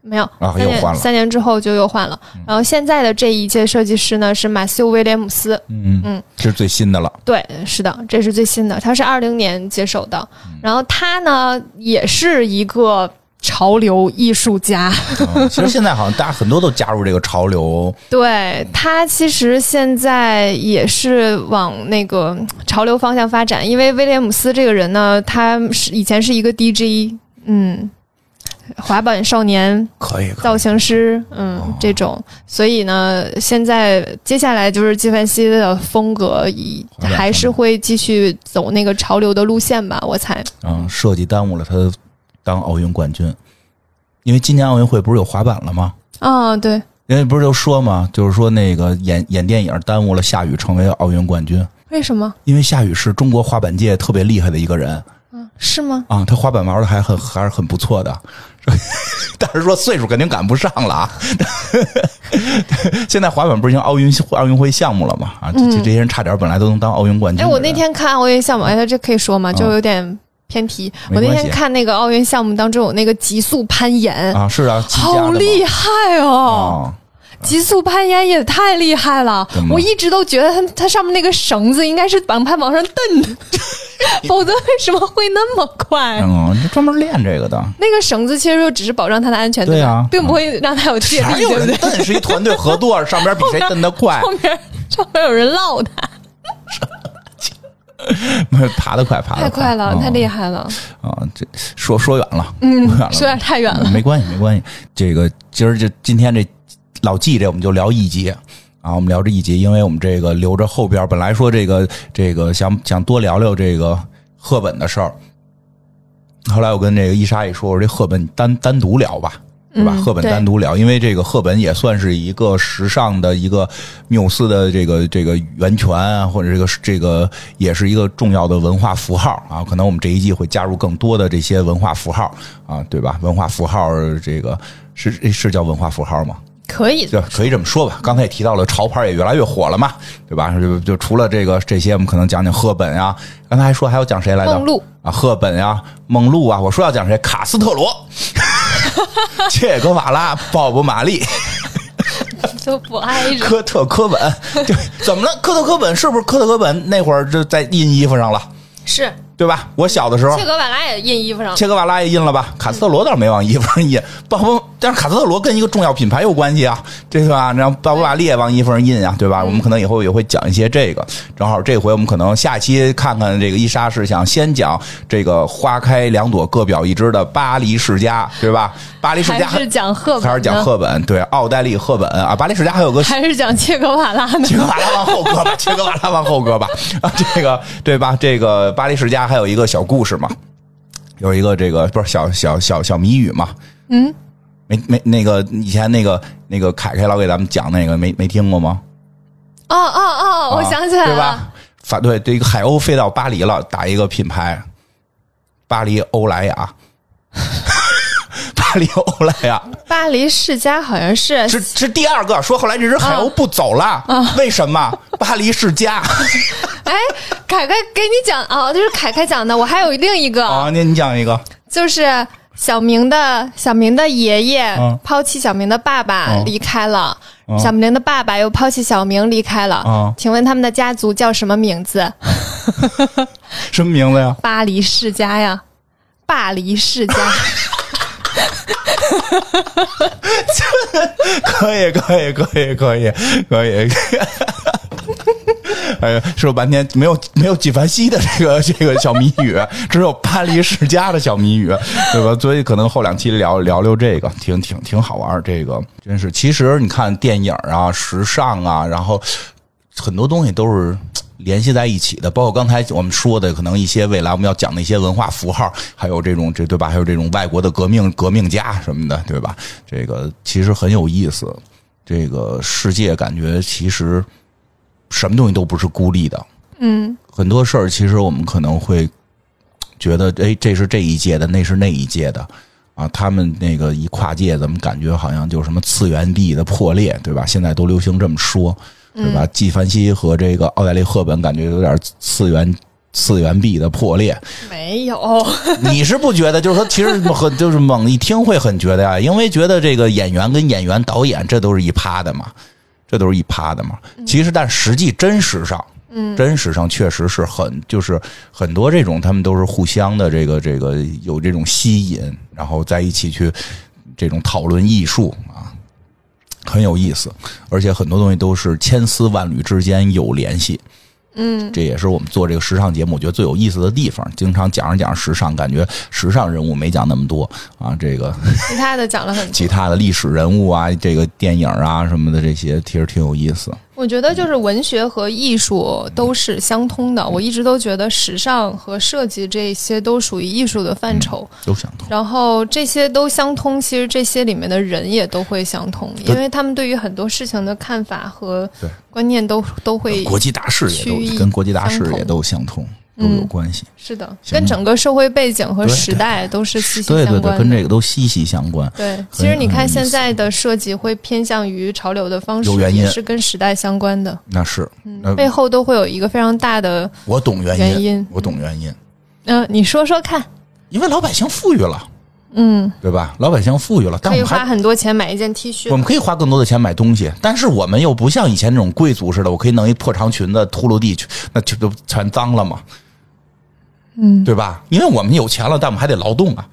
没有啊， 三年又换了， 三年之后就又换了。然后现在的这一届设计师呢是马修威廉姆斯， 嗯嗯，这是最新的了。 对，是的，这是最新的，他是二零年接手的。然后他呢也是一个潮流艺术家。 嗯、其实现在好像大家很多都加入这个潮流。 对，他其实现在也是往那个潮流方向发展，因为威廉姆斯这个人呢，他是以前是一个 D J， 嗯。滑板少年可以， 造型师，嗯、哦，这种，所以呢，现在接下来就是纪梵希的风格，以还是会继续走那个潮流的路线吧，我猜。 嗯，设计耽误了他当奥运冠军，因为今年奥运会不是有滑板了吗？ 啊、哦，对， 因为不是就说嘛，就是说那个演演电影耽误了夏雨成为奥运冠军。 为什么？ 因为夏雨是中国滑板界特别厉害的一个人。 嗯，是吗？ 啊，他滑板玩的还很还是很不错的，但是说岁数肯定赶不上了啊。现在滑板不是已经奥运奥运会项目了吗？啊，这这些人差点本来都能当奥运冠军。 哎，我那天看奥运项目，哎，这可以说吗？就有点偏题。啊、我那天看那个奥运项目当中有那个极速攀岩啊，是啊， 好厉害哦。啊极速攀岩也太厉害了！我一直都觉得它它上面那个绳子应该是把它往上蹬的，否则为什么会那么快？ 嗯，你专门练这个的。 那个绳子其实就只是保障它的安全， 对啊， 并不会让它有借力， 对不对？蹬是一团队合作，上边比谁蹬得快， 后面上面有人唠它。 爬得快，爬得太快了，嗯、太厉害了啊！这说说远了， 嗯，说有点太远了， 没关系，没关系。这个今儿就今天这。老纪这我们就聊一集啊，我们聊这一集，因为我们这个留着后边，本来说这个这个想想多聊聊这个赫本的事儿，后来我跟这个伊莎一说，我说这赫本单单独聊吧，对吧？ 嗯、 赫本单独聊，因为这个赫本也算是一个时尚的一个缪斯的这个这个源泉啊，或者这个这个也是一个重要的文化符号啊。可能我们这一季会加入更多的这些文化符号啊，对吧？文化符号这个是是叫文化符号吗？ 可以， 对，可以这么说吧。刚才也提到了潮牌也越来越火了嘛，对吧？就就除了这个这些，我们可能讲讲赫本啊。刚才还说还要讲谁来着？ 梦露啊，赫本啊，梦露啊。我说要讲谁？卡斯特罗、切格瓦拉、鲍勃马利。 都不挨着。 科特科本，对，怎么了？科特科本是不是科特科本那会儿就在印衣服上了？ 是。 对吧？我小的时候， 切格瓦拉也印衣服上， 切格瓦拉也印了吧？卡斯特罗倒是没往衣服上印，鲍勃，但是卡斯特罗跟一个重要品牌有关系啊，这个吧？然后鲍勃马利也往衣服上印啊，对吧？嗯、我们可能以后也会讲一些这个。正好这回我们可能下期看看这个伊莎是想先讲这个花开两朵各表一枝的巴黎世家，对吧？巴黎世家还是讲赫本， 还是讲赫本？对，奥黛丽赫本啊，巴黎世家还有个还是讲切格瓦拉呢？ 切格瓦拉往后搁吧，切格瓦拉往后搁吧啊，这个对吧？这个巴黎世家还有一个小故事嘛，有一个这个不是小小小小谜语嘛？ 嗯， 没没那个以前那个那个凯凯老给咱们讲那个没没听过吗？ 哦哦哦，我想起来了， 对吧？反对，这个海鸥飞到巴黎了，打一个品牌，巴黎欧莱雅。巴黎欧莱雅， 巴黎世家好像是是是第二个说，后来这只海鸥不走了，啊、为什么？巴黎世家。 哎，凯凯给你讲啊、哦，这是凯凯讲的，我还有另一个啊，那你讲一个， 就是小明的小明的爷爷、 嗯、 抛弃小明的爸爸离开了，嗯、小明的爸爸又抛弃小明离开了， 嗯、 请问他们的家族叫什么名字？ 什么名字呀？ 巴黎世家呀，巴黎世家。 可以可以可以可以可以，哎呀，说半天没有没有纪梵希的这个这个小谜语，只有巴黎世家的小谜语，对吧？所以可能后两期聊聊聊这个，挺挺挺好玩。这个真是，其实你看电影啊、时尚啊，然后很多东西都是联系在一起的，包括刚才我们说的，可能一些未来我们要讲的一些文化符号，还有这种这对吧？还有这种外国的革命革命家什么的，对吧？这个其实很有意思。这个世界感觉其实什么东西都不是孤立的， 嗯， 很多事儿其实我们可能会觉得，哎，这是这一届的，那是那一届的。啊，他们那个一跨界，怎么感觉好像就是什么次元壁的破裂，对吧？现在都流行这么说。对吧？纪梵希和这个奥黛丽·赫本感觉有点次元次元壁的破裂。 没有， 你是不觉得？就是说，其实很就是猛一听会很觉得呀，因为觉得这个演员跟演员、导演这都是一趴的嘛，这都是一趴的嘛。其实，但实际真实上。嗯，真实上确实是很，就是很多这种他们都是互相的这个这个有这种吸引，然后在一起去这种讨论艺术啊，很有意思，而且很多东西都是千丝万缕之间有联系。嗯，这也是我们做这个时尚节目我觉得最有意思的地方。经常讲着讲着时尚，感觉时尚人物没讲那么多啊，这个其他的讲了很多， 其他的历史人物啊，这个电影啊什么的，这些其实挺有意思。 我觉得就是文学和艺术都是相通的，我一直都觉得时尚和设计这些都属于艺术的范畴， 嗯、都相通。 然后这些都相通，其实这些里面的人也都会相通，因为他们对于很多事情的看法和观念都都会国际大事也都跟国际大事也都相通。都有关系、嗯、 是的，跟整个社会背景和时代都是息息相关的。 对对对，跟这个都息息相关。 对，其实你看现在的设计会偏向于潮流的方式， 有原因也是跟时代相关的。 那是、 嗯，背后都会有一个非常大的我懂原因， 原因我懂原因。 嗯、呃，你说说看。 因为老百姓富裕了。 嗯， 对吧？老百姓富裕了，但可以花很多钱买一件 T 恤。 我们可以花更多的钱买东西，但是我们又不像以前那种贵族似的，我可以弄一破长裙子秃噜地去，那就都全脏了嘛。嗯，对吧？因为我们有钱了，但我们还得劳动啊。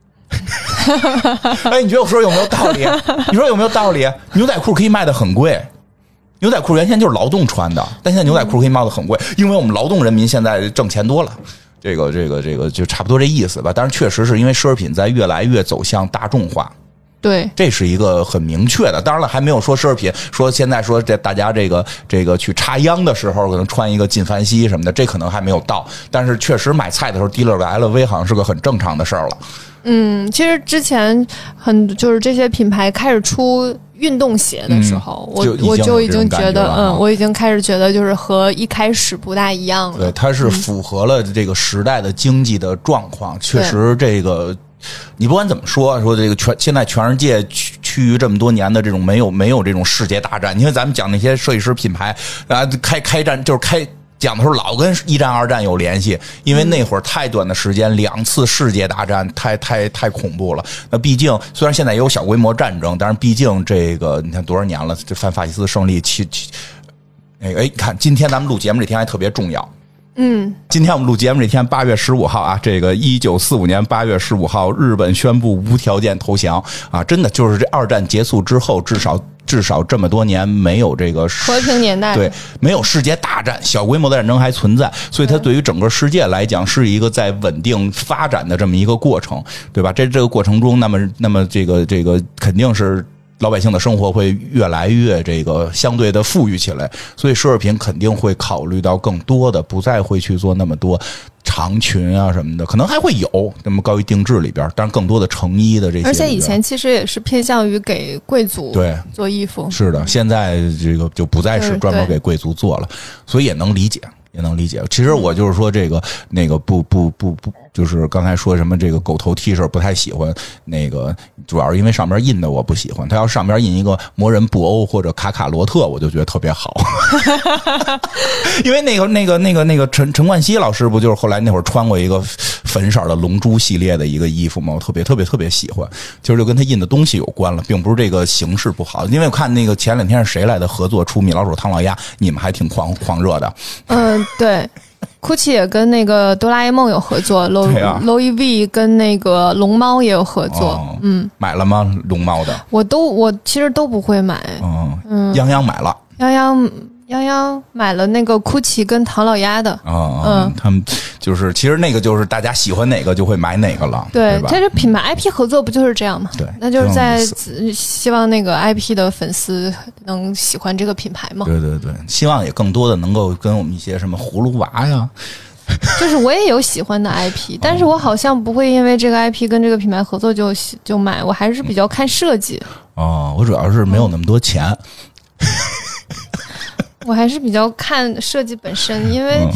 哎，你觉得我说有没有道理？你说有没有道理？牛仔裤可以卖得很贵，牛仔裤原先就是劳动穿的，但现在牛仔裤可以卖得很贵，因为我们劳动人民现在挣钱多了。这个这个这个就差不多这意思吧。但是确实是因为奢侈品在越来越走向大众化。 对， 这是一个很明确的。当然了，还没有说奢侈品，说现在说这大家这个这个去插秧的时候，可能穿一个金凡西什么的，这可能还没有到。但是确实买菜的时候，提了个 L V 好像是个很正常的事儿了。 嗯，其实之前很就是这些品牌开始出运动鞋的时候，嗯、我我就已经觉得，嗯，我已经开始觉得就是和一开始不大一样了。 对，它是符合了这个时代的经济的状况，嗯、确实这个。你不管怎么说，说这个全现在全世界趋趋于这么多年的这种没有没有这种世界大战，你看咱们讲那些设计师品牌啊，开开战就是开讲的时候老跟一战二战有联系，因为那会儿太短的时间两次世界大战太太太恐怖了。那毕竟虽然现在也有小规模战争，但是毕竟这个你看多少年了，这反法西斯胜利七七那个哎，看今天咱们录节目这天还特别重要。 嗯， 今天我们录节目这天，八月十五号啊，这个一九四五年八月十五号，日本宣布无条件投降啊！真的就是这二战结束之后，至少至少这么多年没有这个和平年代， 对，没有世界大战，小规模的战争还存在，所以它对于整个世界来讲是一个在稳定发展的这么一个过程，对吧？这这个过程中，那么那么这个这个肯定是。老百姓的生活会越来越这个相对的富裕起来，所以奢侈品肯定会考虑到更多的，不再会去做那么多长裙啊什么的，可能还会有那么高于定制里边，但是更多的成衣的这些。 而且以前其实也是偏向于给贵族对做衣服， 是的，现在这个就不再是专门给贵族做了，所以也能理解。也能理解。其实我就是说这个那个不不不不，就是刚才说什么这个狗头 T 恤不太喜欢，那个主要是因为上边印的我不喜欢。他要上边印一个魔人布欧或者卡卡罗特，我就觉得特别好。因为那个那个那个那个陈陈冠希老师不就是后来那会儿穿过一个粉色的龙珠系列的一个衣服吗？我特别特别特别喜欢，其实就跟他印的东西有关了，并不是这个形式不好。因为我看那个前两天是谁来的合作出米老鼠唐老鸭，你们还挺狂狂热的。 嗯。对，GUCCI 也跟那个哆啦 A 梦有合作 ，Louis V 跟那个龙猫也有合作。哦、嗯， 买了吗？龙猫的？ 我都我其实都不会买。 哦、嗯，泱泱买了。 泱泱泱泱买了那个 GUCCI 跟唐老鸭的。 哦、嗯，他们就是其实那个就是大家喜欢哪个就会买哪个了。 对， 对这是品牌 I P 合作不就是这样吗？ 对， 那就是在希望那个 I P 的粉丝能喜欢这个品牌嘛。 对对对，希望也更多的能够跟我们一些什么葫芦娃呀。 就是我也有喜欢的 I P， 但是我好像不会因为这个 I P 跟这个品牌合作就就买，我还是比较看设计。 哦，我主要是没有那么多钱。嗯我还是比较看设计本身，因为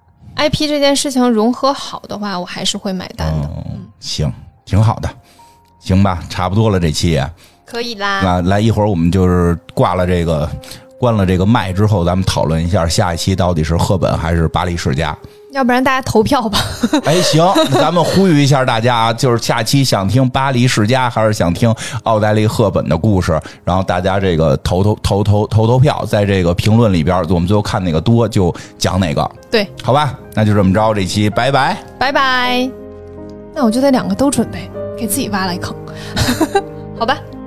I P 这件事情融合好的话，我还是会买单的。 嗯，行，挺好的，行吧，差不多了，这期也可以啦。 那来一会儿我们就是挂了这个关了这个麦之后，咱们讨论一下下一期到底是赫本还是巴黎世家。 要不然大家投票吧。 哎，行，那咱们呼吁一下大家啊，就是下期想听巴黎世家还是想听奥黛丽赫本的故事，然后大家这个投投投投投投票，在这个评论里边，我们最后看哪个多就讲哪个。 对， 好吧，那就这么着，这期拜拜， 拜拜。那我就得两个都准备，给自己挖了一坑。好吧。